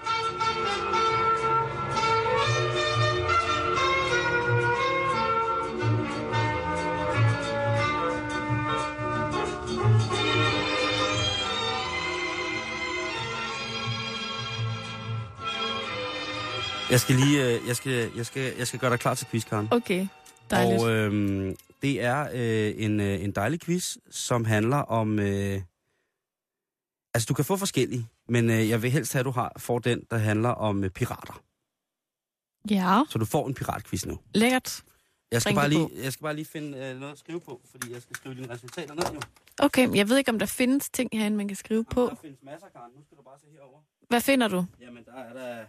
Jeg skal lige, øh, jeg skal, jeg skal, jeg skal gøre dig klar til quiz, Karen. Okay, dejligt. Og øh, det er øh, en, øh, en dejlig quiz, som handler om... Øh, altså, du kan få forskellige, men øh, jeg vil helst have, at du har, får den, der handler om øh, pirater. Ja, Så du får en piratquiz nu. lækkert. Jeg skal, Bring bare det lige, på. jeg skal bare lige finde øh, noget at skrive på, fordi jeg skal skrive dine resultater ned, jo. Okay, jeg ved ikke, om der findes ting herinde, man kan skrive på. Der findes masser, Karen. Nu skal du bare se herover. Hvad finder du? Jamen, der er der...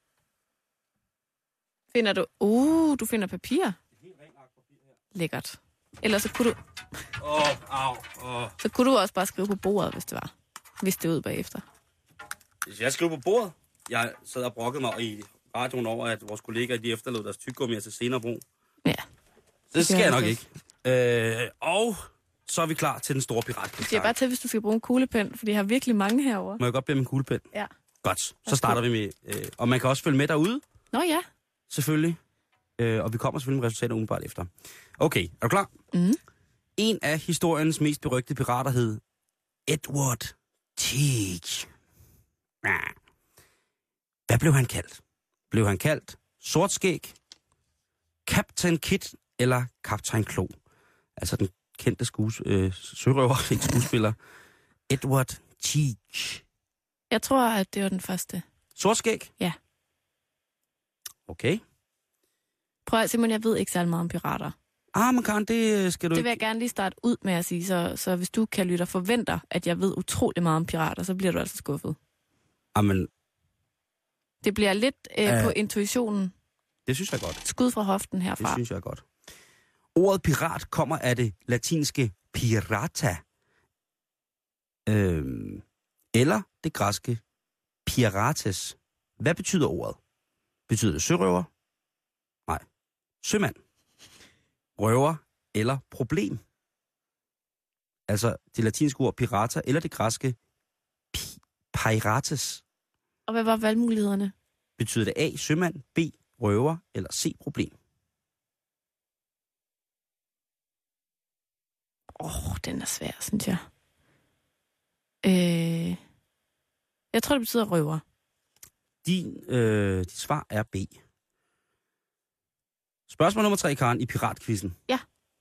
Finder du... Uh, du finder papir. Lækkert. Ellers så kunne du, Åh, oh, au, åh. Oh. så kunne du også bare skrive på bordet, hvis det var. Hvis det er ud bagefter. Hvis jeg skriver på bordet, jeg sad og brokkede mig i radioen over, at vores kollegaer, de efterlod deres tyggegummi til senere brug. Ja. Det skal gør jeg nok jeg ikke. Øh, og så er vi klar til den store piratquiz. Det er bare til, hvis du skal bruge en kuglepen, for jeg har virkelig mange herover. Må jeg godt bede om en kuglepen? Ja. Godt, så starter vi med... Øh, og man kan også følge med derude, Nå ja. selvfølgelig. Øh, og vi kommer selvfølgelig med resultater umiddelbart efter. Okay, er du klar? Mm. En af historiens mest berygte pirater hed Edward Teague. Hvad blev han kaldt? Blev han kaldt Sortskæg, Captain Kidd eller Kaptajn Klo? Altså den kendte skues, øh, sørøver, ikke skuespiller, Edward Teague. Jeg tror, at det var den første. Sortskæg? Ja. Okay. Prøv at Simon, jeg ved ikke særlig meget om pirater. Ah, men Karen, det skal du Det vil jeg ikke... gerne lige starte ud med at sige, så, så hvis du kan lytte og forventer, at jeg ved utrolig meget om pirater, så bliver du altså skuffet. Ah, men Det bliver lidt øh, Øh. på intuitionen. det synes jeg er godt. Skud fra hoften Det herfra. synes jeg er godt. Ordet pirat kommer af det latinske pirata, Øhm, eller det græske pirates. Hvad betyder ordet? Betyder det sørøver? Nej. Sømand. Røver eller problem? Altså det latinske ord pirata eller det græske pi- pirates. Og hvad var valgmulighederne? Betyder det A, sømand, B, røver eller C, problem? Åh, oh, den er svær, synes jeg. Øh, jeg tror, det betyder røver. Din, øh, dit svar er B. Spørgsmål nummer tre, Karen, i piratkvisten. Ja.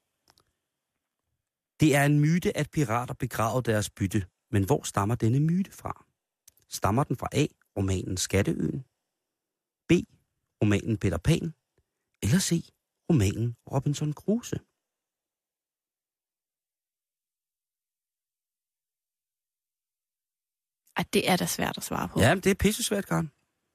Det er en myte, at pirater begravede deres bytte. Men hvor stammer denne myte fra? Stammer den fra A, romanen Skatteøen, B, romanen Peter Pan, eller C, romanen Robinson Crusoe? Ej, det er da svært at svare på. Ja, det er pisse svært, Karen.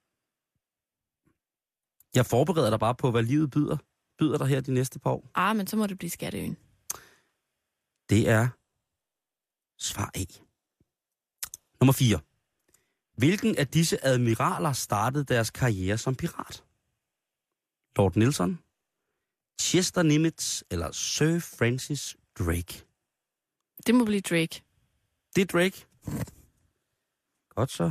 Jeg forbereder dig bare på, hvad livet byder, byder dig her de næste par år. Ah, men så må det blive Skatteøen. Det er svar A. Nummer fire. Hvilken af disse admiraler startede deres karriere som pirat? Lord Nelson, Chester Nimitz eller Sir Francis Drake? Det må blive Drake. Det er Drake. Godt så.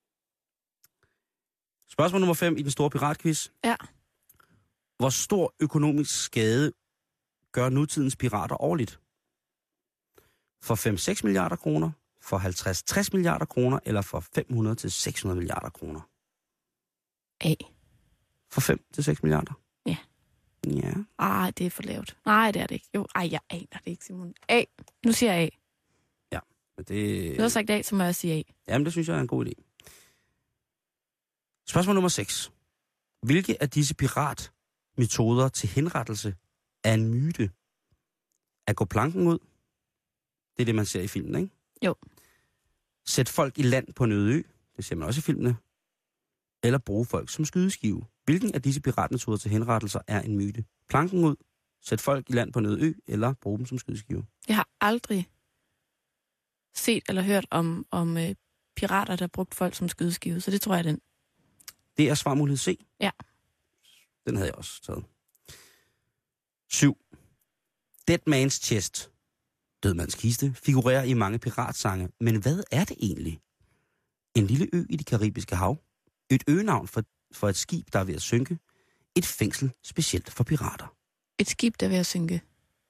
Spørgsmål nummer fem i den store piratquiz. Ja. Hvor stor økonomisk skade gør nutidens pirater årligt? For fem til seks milliarder kroner, for halvtreds til tres milliarder kroner, eller for fem hundrede til seks hundrede milliarder kroner? A. For fem til seks milliarder? Ja. Ja. Ej, det er for lavt. Nej, det er det ikke. Jo, ej, jeg aner det ikke, Simon. A. Nu siger jeg A. Ja, men det... Du har sagt A, så må jeg sige A. Jamen, det synes jeg er en god idé. Spørgsmål nummer seks. Hvilke af disse piratmetoder til henrettelse er en myte? At gå planken ud? Det er det, man ser i filmen, ikke? Jo. Sæt folk i land på en øde ø? Det ser man også i filmene. Eller bruge folk som skydeskive? Hvilken af disse piratmetoder til henrettelser er en myte? Planken ud? Sæt folk i land på en øde ø? Eller bruge dem som skydeskive? Jeg har aldrig set eller hørt om, om øh, pirater, der brugt folk som skydeskive, så det tror jeg er den. Det er svarmulighed C. Ja. Den havde jeg også taget. syv. Dead Man's Chest, død mands kiste, figurerer i mange piratsange. Men hvad er det egentlig? En lille ø i det karibiske hav? Et øgenavn for, for et skib, der er ved at synke? Et fængsel specielt for pirater? Et skib, der er ved at synke.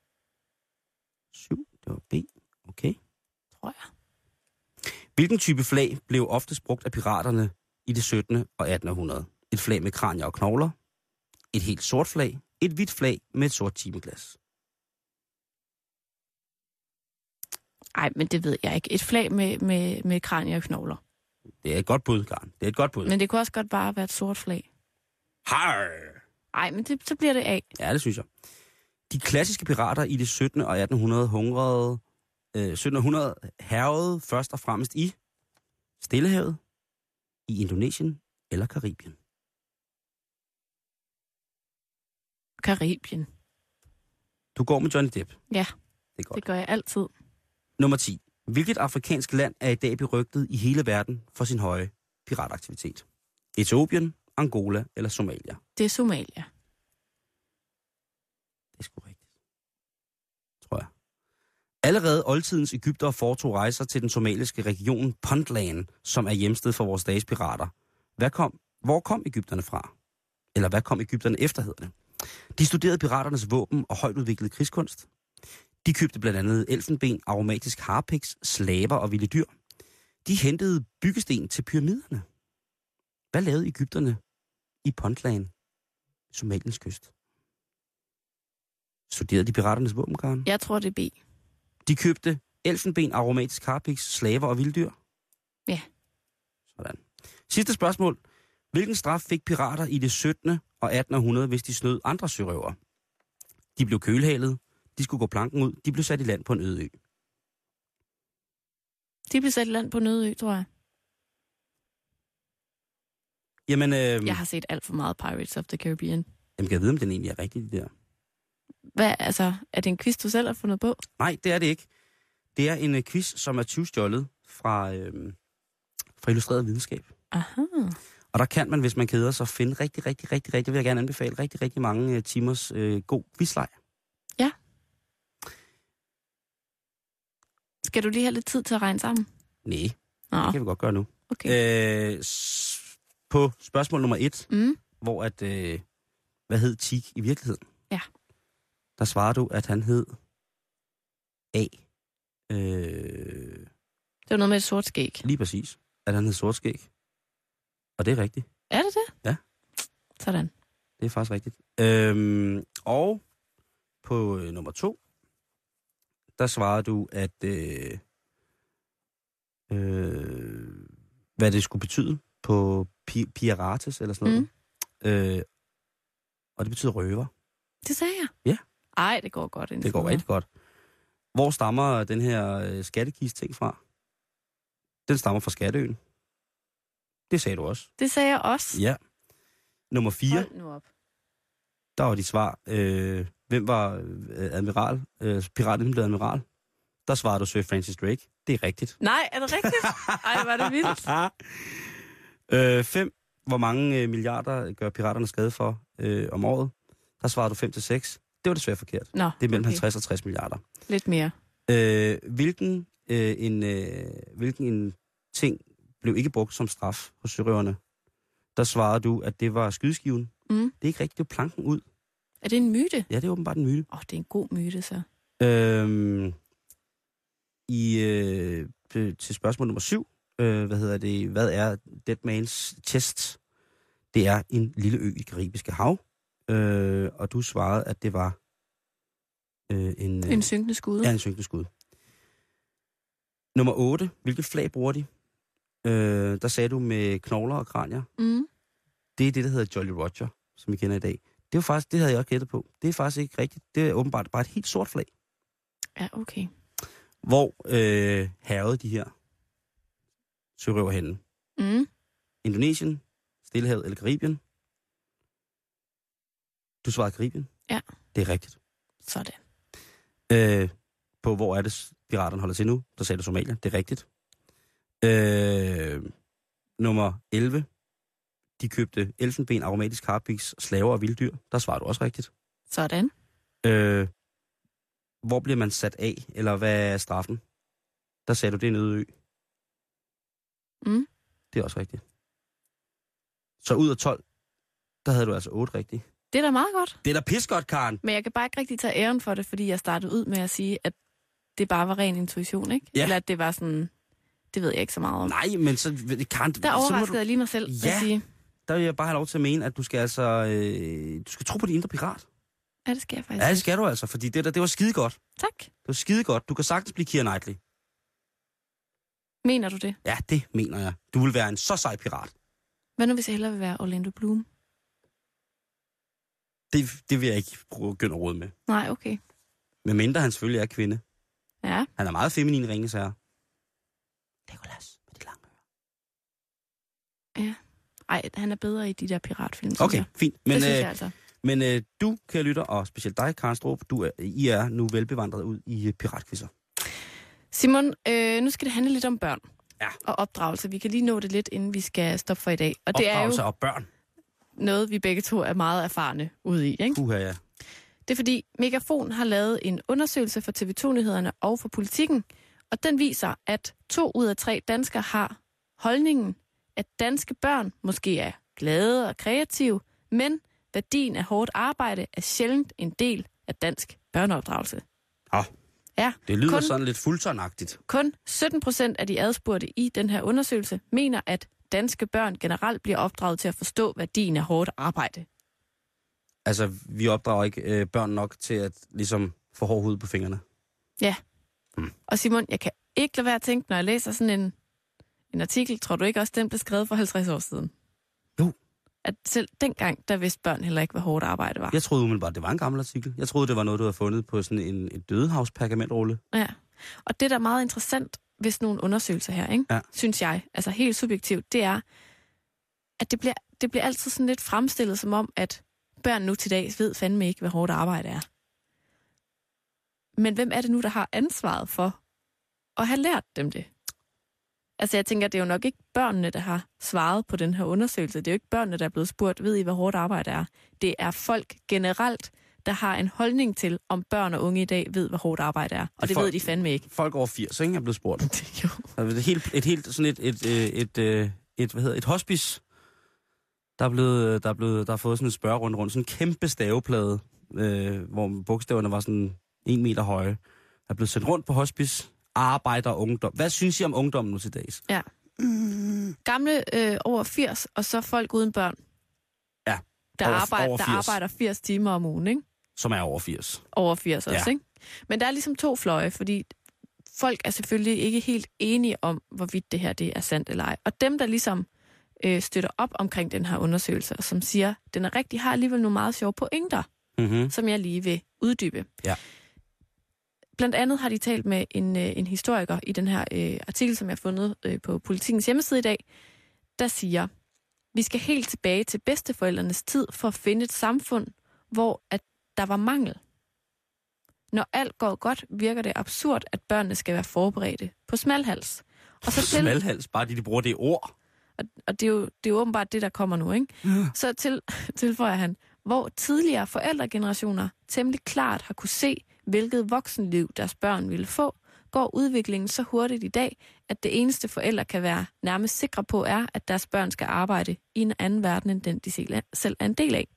syv, det var B. Okay. Tror jeg. Hvilken type flag blev oftest brugt af piraterne i det syttende og attende århundrede? Et flag med kranier og knogler? Et helt sort flag? Et hvidt flag med et sort timeglas? Ej, men det ved jeg ikke. Et flag med, med, med kranier og knogler. Det er et godt bud, Karen. Det er et godt bud. Men det kunne også godt bare være et sort flag. Har. Ej, men det, så bliver det A. Ja, det synes jeg. De klassiske pirater i det syttende og attende århundrede hungrede, øh, syttende århundrede hærgede først og fremmest i Stillehavet, i Indonesien eller Karibien. Karibien. Du går med Johnny Depp. Ja, Det er godt. det gør jeg altid. Nummer ti. Hvilket afrikansk land er i dag berygtet i hele verden for sin høje pirataktivitet? Etiopien, Angola eller Somalia? Det er Somalia. Det er sgu rigtigt. Tror jeg. Allerede oldtidens egyptere foretog rejser til den somaliske region Puntland, som er hjemsted for vores dages pirater. Hvad kom, hvor kom egypterne fra? Eller hvad kom egypterne efter, hedder det? De studerede piraternes våben og højt udviklede krigskunst. De købte blandt andet elfenben, aromatisk harpiks, slaver og vilde dyr. De hentede byggesten til pyramiderne. Hvad lavede egypterne i Puntland, Somaliens kyst? Studerede de piraternes våben, Karen? Jeg tror, det er B. De købte elfenben, aromatisk harpiks, slaver og vilde dyr? Ja. Sådan. Sidste spørgsmål. Hvilken straf fik pirater i det syttende og attende århundrede, hvis de snød andre sørøvere? De blev kølhalet. De skulle gå planken ud. De blev sat i land på en øde ø. De blev sat i land på en øde ø, tror jeg. Jamen, øh, Jeg har set alt for meget Pirates of the Caribbean. jamen, kan jeg vide, om den egentlig er rigtig, det der? Hvad, altså, er det en quiz, du selv har fundet på? Nej, det er det ikke. Det er en uh, quiz, som er tyvstjålet fra, øh, fra Illustreret Videnskab. Aha. Og der kan man, hvis man keder sig, finde rigtig, rigtig, rigtig, rigtig, vil jeg gerne anbefale, rigtig, rigtig mange uh, timers uh, god quizleg. Ja. Skal du lige have lidt tid til at regne sammen? Nej, Nå. det kan vi godt gøre nu. Okay. Øh, s- på spørgsmål nummer et, Mm. hvor at, øh, hvad hed Tik i virkeligheden? Ja. Der svarer du, at han hed A. Øh, Det var noget med et sort skæg. lige præcis. At han hed Sortskæg. Og det er rigtigt. Er det det? Ja. Sådan. Det er faktisk rigtigt. Øhm, og på øh, nummer to, der svarede du, at øh, øh, hvad det skulle betyde på pi- Pirates eller sådan noget. Mm. Øh, og det betyder røver. Det sagde jeg. Ja. Ej, det går godt. Det går rigtig godt. Hvor stammer den her øh, skattekiste-ting fra? Den stammer fra Skatteøen. Det sagde du også. Det sagde jeg også. Ja. Nummer fire, Hold nu op. der var dit svar. Øh, hvem var øh, admiral? Øh, piraten blev admiral. Der svarede du Sir Francis Drake. Det er rigtigt. Nej, er det rigtigt? Ej, var det vildt. øh, fem. Hvor mange øh, milliarder gør piraterne skade for øh, om året? Der svarede du fem til seks. Det var desværre forkert. Nå, det er mellem okay. halvtreds og tres milliarder. Lidt mere. Øh, hvilken, øh, en, øh, hvilken en ting blev ikke brugt som straf hos sørøverne? Der svarede du, at det var skydeskiven. Mm. Det er ikke rigtigt, det er planken ud. Er det en myte? Ja, det er åbenbart en myte. Åh, oh, det er en god myte, så. Øhm, I øh, til spørgsmål nummer syv, øh, hvad hedder det? Hvad er Dead Man's Chest? Det er en lille ø i det Karibiske Hav, øh, og du svarede, at det var øh, en øh, En synkende skud. Ja, en synkende skud. Nummer otte, hvilket flag bruger de? Øh, der sagde du med knogler og kranier. Mm. Det er det, der hedder Jolly Roger, som vi kender i dag. Det var faktisk, det havde jeg også gættet på. Det er faktisk ikke rigtigt. Det er åbenbart bare et helt sort flag. Ja, okay. Hvor øh, havede de her sørøver henne? Mm. Indonesien, Stillehavet eller Karibien? Du svarede Karibien? Ja. Det er rigtigt. Sådan. Øh, på hvor er det, piraterne holder til nu? Der sagde du Somalia. Det er rigtigt. Øh, nummer elleve. De købte elfenben, aromatisk harpiks, slaver og vilddyr. Der svarer du også rigtigt. Sådan. Øh, hvor bliver man sat af, eller hvad er straffen? Der sagde du, det er en øde ø. Mm. Det er også rigtigt. Så ud af tolv, der havde du altså otte rigtigt. Det er da meget godt. Det er da pis godt, Karen. Men jeg kan bare ikke rigtig tage æren for det, fordi jeg startede ud med at sige, at det bare var ren intuition, ikke? Ja. Eller at det var sådan, det ved jeg ikke så meget om. Nej, men så, Karen... Der overraskede du... jeg lige mig selv, vil ja, jeg sige. Der vil jeg bare have lov til at mene, at du skal altså... Øh, du skal tro på din indre pirat. Ja, det skal jeg faktisk. Ja, det skal du altså, fordi det der, det var skide godt. Tak. Det var skide godt. Du kan sagtens blive Keira Knightley. Mener du det? Ja, det mener jeg. Du vil være en så sej pirat. Hvad nu, hvis jeg hellere vil være Orlando Bloom? Det, det vil jeg ikke begynde at råde med. Nej, okay. Men mindre han selvfølgelig er kvinde. Ja. Han er meget feminin, Ringes Herre. Legolas med de lange ører. Ja. Ej, han er bedre i de der piratfilm, synes Okay, jeg. fint. Men, det synes øh, jeg altså. Men øh, du, kære lytter, og specielt dig, Karen Straarup, du er, I er nu velbevandret ud i piratkvisser. Simon, øh, nu skal det handle lidt om børn. Ja. Og opdragelse. Vi kan lige nå det lidt, inden vi skal stoppe for i dag. Og det er jo og børn. noget, vi begge to er meget erfarne ude i, ikke? Puha, ja. Det er fordi Megafon har lavet en undersøgelse for T V to-nyhederne og for Politikken, og den viser, at to ud af tre danskere har holdningen, at danske børn måske er glade og kreative, men værdien af hårdt arbejde er sjældent en del af dansk børneopdragelse. Oh, ja, det lyder kun, sådan lidt fuldtårnagtigt. Kun sytten procent af de adspurgte i den her undersøgelse mener, at danske børn generelt bliver opdraget til at forstå værdien af hårdt arbejde. Altså, vi opdrager ikke øh, børn nok til at ligesom få hård hud på fingrene. Ja. Hmm. Og Simon, jeg kan ikke lade være at tænke, når jeg læser sådan en, en artikel, tror du ikke også, den blev skrevet for halvtreds år siden? Jo. At selv dengang, der vidste børn heller ikke, hvad hårdt arbejde var. Jeg troede umiddelbart, det var en gammel artikel. Jeg troede, det var noget, du havde fundet på sådan en, en dødehavspergamentrolle. Ja. Og det, der er meget interessant ved sådan nogle undersøgelser her, ikke? Ja. Synes jeg, altså helt subjektivt, det er, at det bliver, det bliver altid sådan lidt fremstillet som om, at børn nu til dags ved fandme ikke, hvad hårdt arbejde er. Men hvem er det nu, der har ansvaret for at have lært dem det. Altså jeg tænker, det er jo nok ikke børnene, der har svaret på den her undersøgelse. Det er jo ikke børnene, der er blevet spurgt, ved I, hvad hårdt arbejde er? Det er folk generelt, der har en holdning til, om børn og unge i dag ved, hvad hårdt arbejde er. Og det, det folk, ved de fandme ikke. Folk over firs, ikke, er blevet spurgt. Jo. Et helt, et helt sådan et, et, et, et, et, et, hvad hedder, et hospice, der er blevet, der er blevet, der har fået sådan en spørgerunde rundt, sådan en kæmpe staveplade, øh, hvor bogstaverne var sådan en meter høje. Der er blevet sendt rundt på hospice, arbejder og ungdom. Hvad synes I om ungdommen nu til dags? Ja. Mm. Gamle øh, over firs, og så folk uden børn. Ja. Der, over, arbejder, over der arbejder firs timer om ugen, ikke? Som er over firs. Over firs også, ja. Ikke? Men der er ligesom to fløje, fordi folk er selvfølgelig ikke helt enige om, hvorvidt det her det er sandt eller ej. Og dem, der ligesom øh, støtter op omkring den her undersøgelse, og som siger, den er rigtig, har alligevel nogle meget sjove pointer, mm-hmm. som jeg lige vil uddybe. Ja. Blandt andet har de talt med en, øh, en historiker i den her øh, artikel, som jeg har fundet øh, på Politikens hjemmeside i dag, der siger, vi skal helt tilbage til bedsteforældrenes tid for at finde et samfund, hvor at der var mangel. Når alt går godt, virker det absurd, at børnene skal være forberedte på smalhals. Og så til, smalhals, bare de, de bruger det ord. Og, og det, er jo, det er jo åbenbart det, der kommer nu, ikke? Ja. Så til, tilføjer han, hvor tidligere forældregenerationer temmelig klart har kunne se, hvilket voksenliv deres børn ville få, går udviklingen så hurtigt i dag, at det eneste forældre kan være nærmest sikre på er, at deres børn skal arbejde i en anden verden, end den de selv er en del af.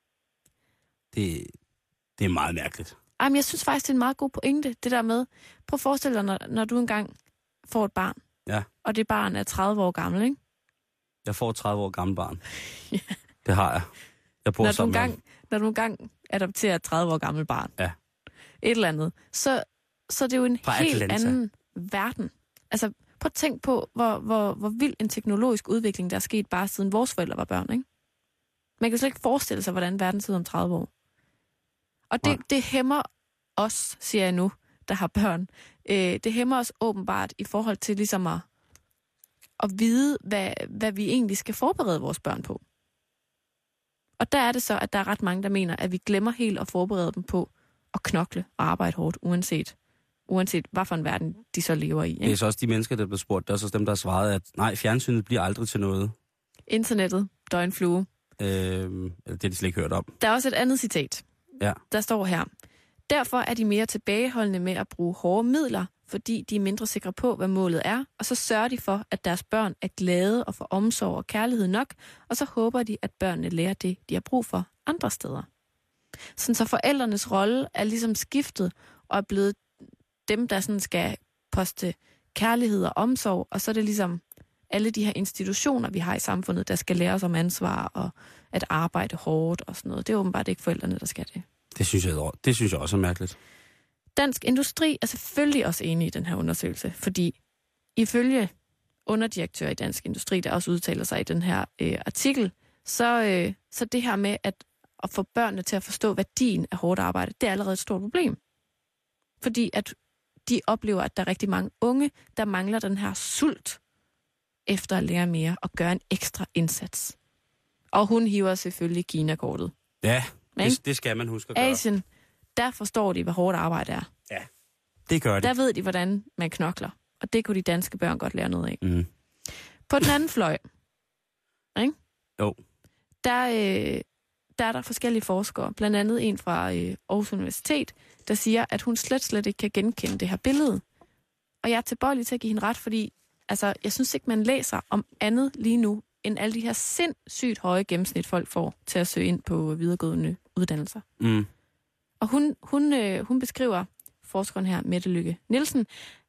Det, det er meget mærkeligt. Jamen, jeg synes faktisk, det er en meget god pointe, det der med, prøv at forestille dig, når, når du engang får et barn, ja. Og det barn er tredive år gammel, ikke? Jeg får et tredive år gammelt barn. Ja. Det har jeg. Jeg bor når, sammen du engang, når du engang adopterer et tredive år gammelt barn, ja. Et eller andet, så, så det er jo en Fra helt Atlanta. anden verden. Altså, prøv at tænk på, hvor, hvor, hvor vild en teknologisk udvikling, der er sket bare siden vores forældre var børn, ikke? Man kan slet ikke forestille sig, hvordan verden ser ud om tredive år. Og det, det hæmmer os, siger jeg nu, der har børn. Øh, det hæmmer os åbenbart i forhold til ligesom at, at vide, hvad, hvad vi egentlig skal forberede vores børn på. Og der er det så, at der er ret mange, der mener, at vi glemmer helt at forberede dem på at knokle og arbejde hårdt, uanset, uanset hvad for en verden de så lever i. Ikke? Det er så også de mennesker, der bliver spurgt. Der er så dem, der har svaret, at nej, fjernsynet bliver aldrig til noget. Internettet, døgnflue. Øh, det har de slet ikke hørt om. Der er også et andet citat. Ja. Der står her. Derfor er de mere tilbageholdende med at bruge hårde midler, fordi de er mindre sikre på, hvad målet er, og så sørger de for, at deres børn er glade og får omsorg og kærlighed nok, og så håber de, at børnene lærer det, de har brug for andre steder. Sådan så forældrenes rolle er ligesom skiftet, og er blevet dem, der sådan skal poste kærlighed og omsorg, og så er det ligesom alle de her institutioner, vi har i samfundet, der skal lære os om ansvar og at arbejde hårdt og sådan noget. Det er åbenbart ikke forældrene, der skal det. Det synes jeg, det synes jeg også er mærkeligt. Dansk Industri er selvfølgelig også enig i den her undersøgelse, fordi ifølge underdirektør i Dansk Industri, der også udtaler sig i den her øh, artikel, så, øh, så det her med at, at få børnene til at forstå værdien af hårdt arbejde, det er allerede et stort problem. Fordi at de oplever, at der er rigtig mange unge, der mangler den her sult efter at lære mere og gøre en ekstra indsats. Og hun hiver selvfølgelig Kina-kortet. Ja, det, det skal man huske at gøre. Asien, der forstår de, hvad hårdt arbejde er. Ja, det gør de. Der ved de, hvordan man knokler. Og det kunne de danske børn godt lære noget af. Mm. På den anden fløj, ikke? Jo. Der, øh, der er der forskellige forskere, blandt andet en fra øh, Aarhus Universitet, der siger, at hun slet, slet ikke kan genkende det her billede. Og jeg er tilbøjelig til at give hende ret, fordi altså, jeg synes ikke, man læser om andet lige nu, end alle de her sindssygt høje gennemsnit, folk får til at søge ind på videregående uddannelser. Mm. Og hun, hun, øh, hun beskriver, forskeren her, Mette Lykke Nielsen,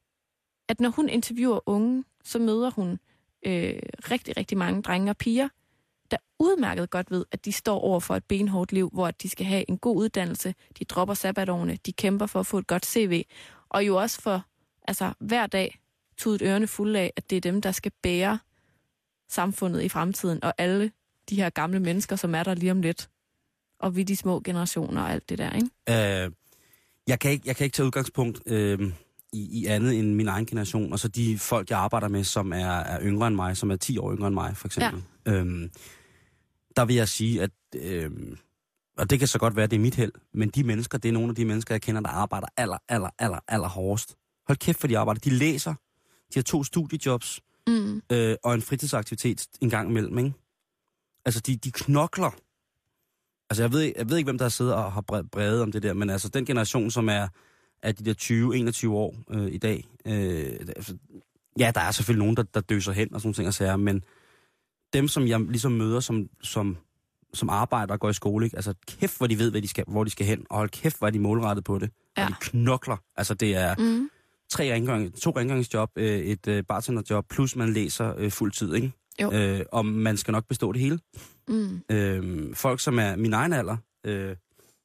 at når hun interviewer unge, så møder hun øh, rigtig, rigtig mange drenge og piger, der udmærket godt ved, at de står over for et benhårdt liv, hvor de skal have en god uddannelse, de dropper sabbatårene, de kæmper for at få et godt C V, og jo også for altså, hver dag tudet ørerne fulde af, at det er dem, der skal bære samfundet i fremtiden, og alle de her gamle mennesker, som er der lige om lidt, og vi de små generationer og alt det der, ikke? Øh, jeg, kan ikke jeg kan ikke tage udgangspunkt øh, i, i andet end min egen generation, og så de folk, jeg arbejder med, som er, er yngre end mig, som er ti år yngre end mig, for eksempel. Ja. Øh, der vil jeg sige, at, øh, og det kan så godt være, det er mit held, men de mennesker, det er nogle af de mennesker, jeg kender, der arbejder aller, aller, aller, aller hårdest. Hold kæft, for de arbejder. De læser, de har to studiejobs, mm. øh, og en fritidsaktivitet en gang imellem, ikke? Altså, de, de knokler. Altså, jeg ved, jeg ved ikke, hvem der sidder og har brevet om det der, men altså, den generation, som er, er de der tyve enogtyve år øh, i dag, øh, ja, der er selvfølgelig nogen, der, der døser hen og sådan ting og sager, men dem, som jeg ligesom møder, som, som, som arbejder og går i skole, ikke? Altså, kæft, hvor de ved, hvad de skal, hvor de skal hen, og hold kæft, hvor er de målrettet på det. Ja. Og de knokler. Altså, det er mm. tre rengøring, to rengøringsjob, øh, et øh, bartenderjob, plus man læser øh, fuld tid, ikke? Øh, og man skal nok bestå det hele. Mm. Øh, folk, som er min egen alder, øh,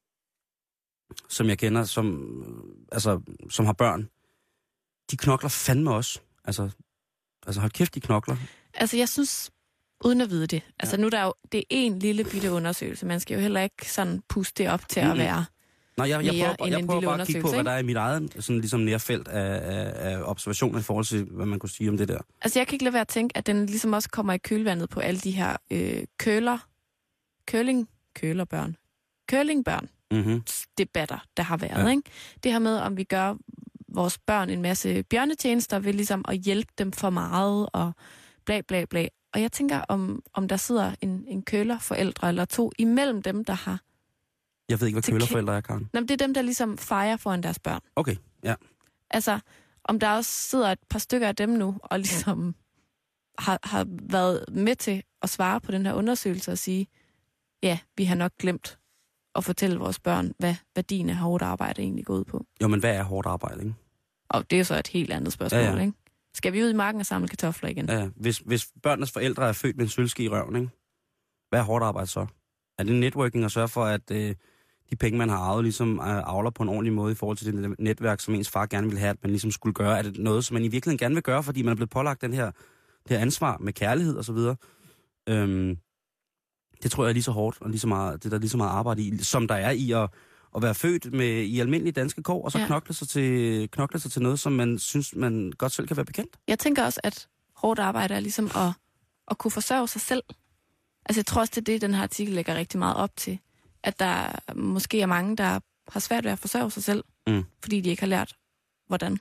som jeg kender, som, altså, som har børn, de knokler fandme også. Altså, altså hold kæft, de knokler. Altså, jeg synes, uden at vide det, altså ja. nu er der jo, det er en lille bitte undersøgelse, man skal jo heller ikke sådan puste det op til mm. at være Nej, jeg, jeg prøver, jeg prøver bare at kigge på, hvad der er i mit eget sådan ligesom nærfelt af, af, af observationer i forhold til, hvad man kunne sige om det der. Altså, jeg kan ikke lade være at tænke, at den ligesom også kommer i kølvandet på alle de her øh, køler, køling, kølerbørn, curlingbørn, mm-hmm. debatter, der har været, ja. ikke? Det her med, om vi gør vores børn en masse bjørnetjenester ved ligesom at hjælpe dem for meget og bla bla bla. Og jeg tænker, om, om der sidder en, en kølerforældre eller to imellem dem, der har... Jeg ved ikke, hvad kølerforældre er, Karen. Nå, det er dem, der ligesom fejrer foran deres børn. Okay, ja. Altså, om der også sidder et par stykker af dem nu, og ligesom har, har været med til at svare på den her undersøgelse og sige, ja, vi har nok glemt at fortælle vores børn, hvad værdien af hårdt arbejde egentlig går ud på. Jo, men hvad er hårdt arbejde, ikke? Og det er jo så et helt andet spørgsmål, ja, ja. ikke? Skal vi ud i marken og samle kartofler igen? Ja, hvis, hvis børnenes forældre er født med en sølvske i røven, ikke? Hvad er hårdt arbejde så? Er det networking at sørge for, at øh, de penge, man har arvet, ligesom øh, avler på en ordentlig måde i forhold til det netværk, som ens far gerne vil have, at man ligesom skulle gøre? Er det noget, som man i virkeligheden gerne vil gøre, fordi man er blevet pålagt den her, det her ansvar med kærlighed og så videre? Øhm, det tror jeg er lige så hårdt, og lige så meget, det er der lige så meget arbejde i, som der er i at, at være født med, i almindelige danske kår, og så ja. knokle, sig til, knokle sig til noget, som man synes, man godt selv kan være bekendt. Jeg tænker også, at hårdt arbejde er ligesom at, at kunne forsørge sig selv. Altså jeg tror også, det er det, den her artikel lægger rigtig meget op til. At der måske er mange, der har svært ved at forsørge sig selv, mm. fordi de ikke har lært, hvordan.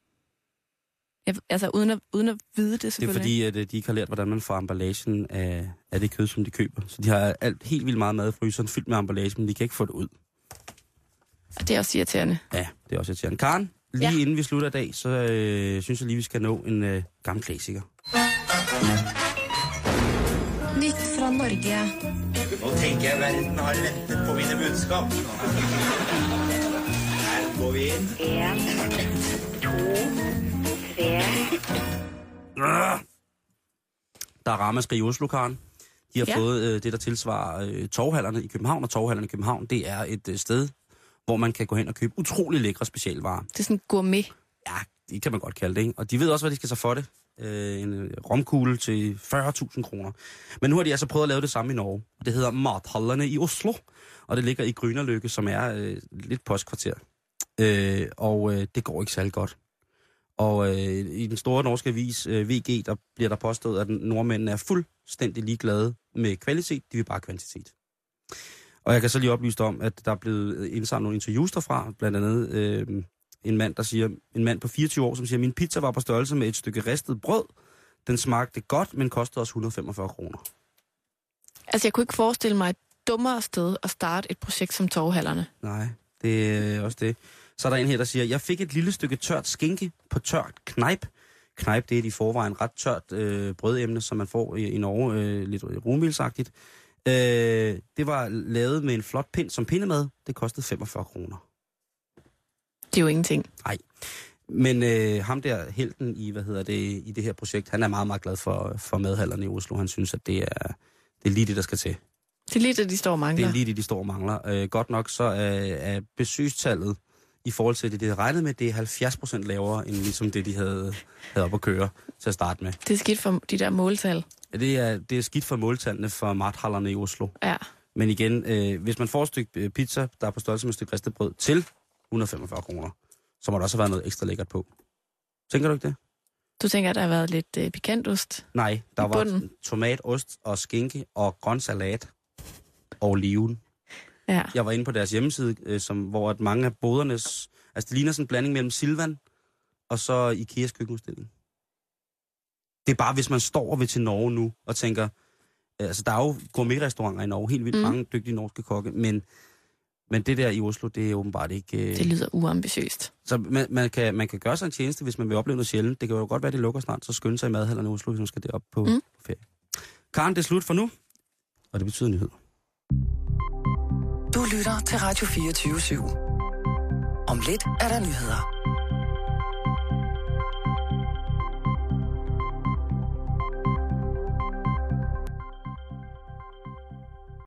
Jeg, altså uden at, uden at vide det selvfølgelig. Det er fordi, at de ikke har lært, hvordan man får emballagen af, af det kød, som de køber. Så de har alt, helt vildt meget mad i fryseren fyldt med emballage, men de kan ikke få det ud. Og det er også irriterende. Ja, det er også irriterende. Karen, lige ja. inden vi slutter i dag, så øh, synes jeg lige, vi skal nå en øh, gammel klassiker. Nyt fra Norge. Nå tænker jeg, verden har ventet på mine budskap. Her går vi ind. En, to, tre. Der er ramaskrig i Oslo, Karen. De har ja. fået øh, det, der tilsvarer øh, torvhallerne i København, og torvhallerne i København, det er et øh, sted, hvor man kan gå hen og købe utrolig lækre specialvarer. Det er sådan gourmet. Ja, det kan man godt kalde det, ikke? Og de ved også, hvad de skal tage for det. Øh, en romkugle til fyrre tusind kroner. Men nu har de altså prøvet at lave det samme i Norge. Det hedder Mathallerne i Oslo, og det ligger i Grünerløkke, som er øh, lidt postkvarter. Øh, og øh, det går ikke særlig godt. Og øh, i den store norske avis øh, V G, der bliver der påstået, at nordmændene er fuldstændig ligeglade med kvalitet, de vil bare kvantitet. Og jeg kan så lige oplyse om, at der er blevet indsamlet nogle interviews derfra, blandt andet øh, en mand, der siger, en mand på fireogtyve år, som siger, min pizza var på størrelse med et stykke ristet brød. Den smagte godt, men kostede også et hundrede og femogfyrre kroner. Altså, jeg kunne ikke forestille mig et dummere sted at starte et projekt som torvhallerne. Nej, det er også det. Så er der en her, der siger, jeg fik et lille stykke tørt skinke på tørt knejp. Knejp, det er i forvejen ret tørt øh, brødemne, som man får i, i Norge, øh, lidt rumvilsagtigt. Øh, det var lavet med en flot pind som pindemad. Det kostede femogfyrre kroner. Det er jo ingenting. Nej. Men øh, ham der, helten i, hvad hedder det, i det her projekt, han er meget, meget glad for, for madhallerne i Oslo. Han synes, at det er, det er lige det, der skal til. Det er lige det, de står og mangler. Det er lige det, de står og mangler. Øh, godt nok så er, er besøgstallet i forhold til det, de havde regnet med, det er halvfjerds procent lavere, end ligesom det, de havde, havde op at køre til at starte med. Det er skidt for de der måltal. Det er, det er skidt for måltallene for mathallerne i Oslo. Ja. Men igen, øh, hvis man får et stykke pizza, der er på størrelse med et stykke ristet brød, til et hundrede og femogfyrre kroner, så må der også have været noget ekstra lækkert på. Tænker du ikke det? Du tænker, at der har været lidt øh, pikantost? Nej, der var tomat, ost og skinke og grøn salat og oliven. Ja. Jeg var inde på deres hjemmeside, øh, som, hvor at mange af bodernes... Altså, det ligner sådan en blanding mellem Silvan og så Ikeas køkkenudstilling. Det er bare, hvis man står ved til Norge nu og tænker, altså der er jo gourmetrestauranter i Norge, helt vildt mm. mange dygtige norske kokke, men, men det der i Oslo, det er åbenbart ikke... Øh... Det lyder uambitiøst. Så man, man, kan, man kan gøre sig en tjeneste, hvis man vil opleve noget sjældent. Det kan jo godt være, det lukker snart, så skynde sig i madhallerne i Oslo, hvis man skal derop på, mm. på ferie. Karen, det er slut for nu, og det betyder nyhed. Du lytter til Radio fireogtyve syv. Om lidt er der nyheder.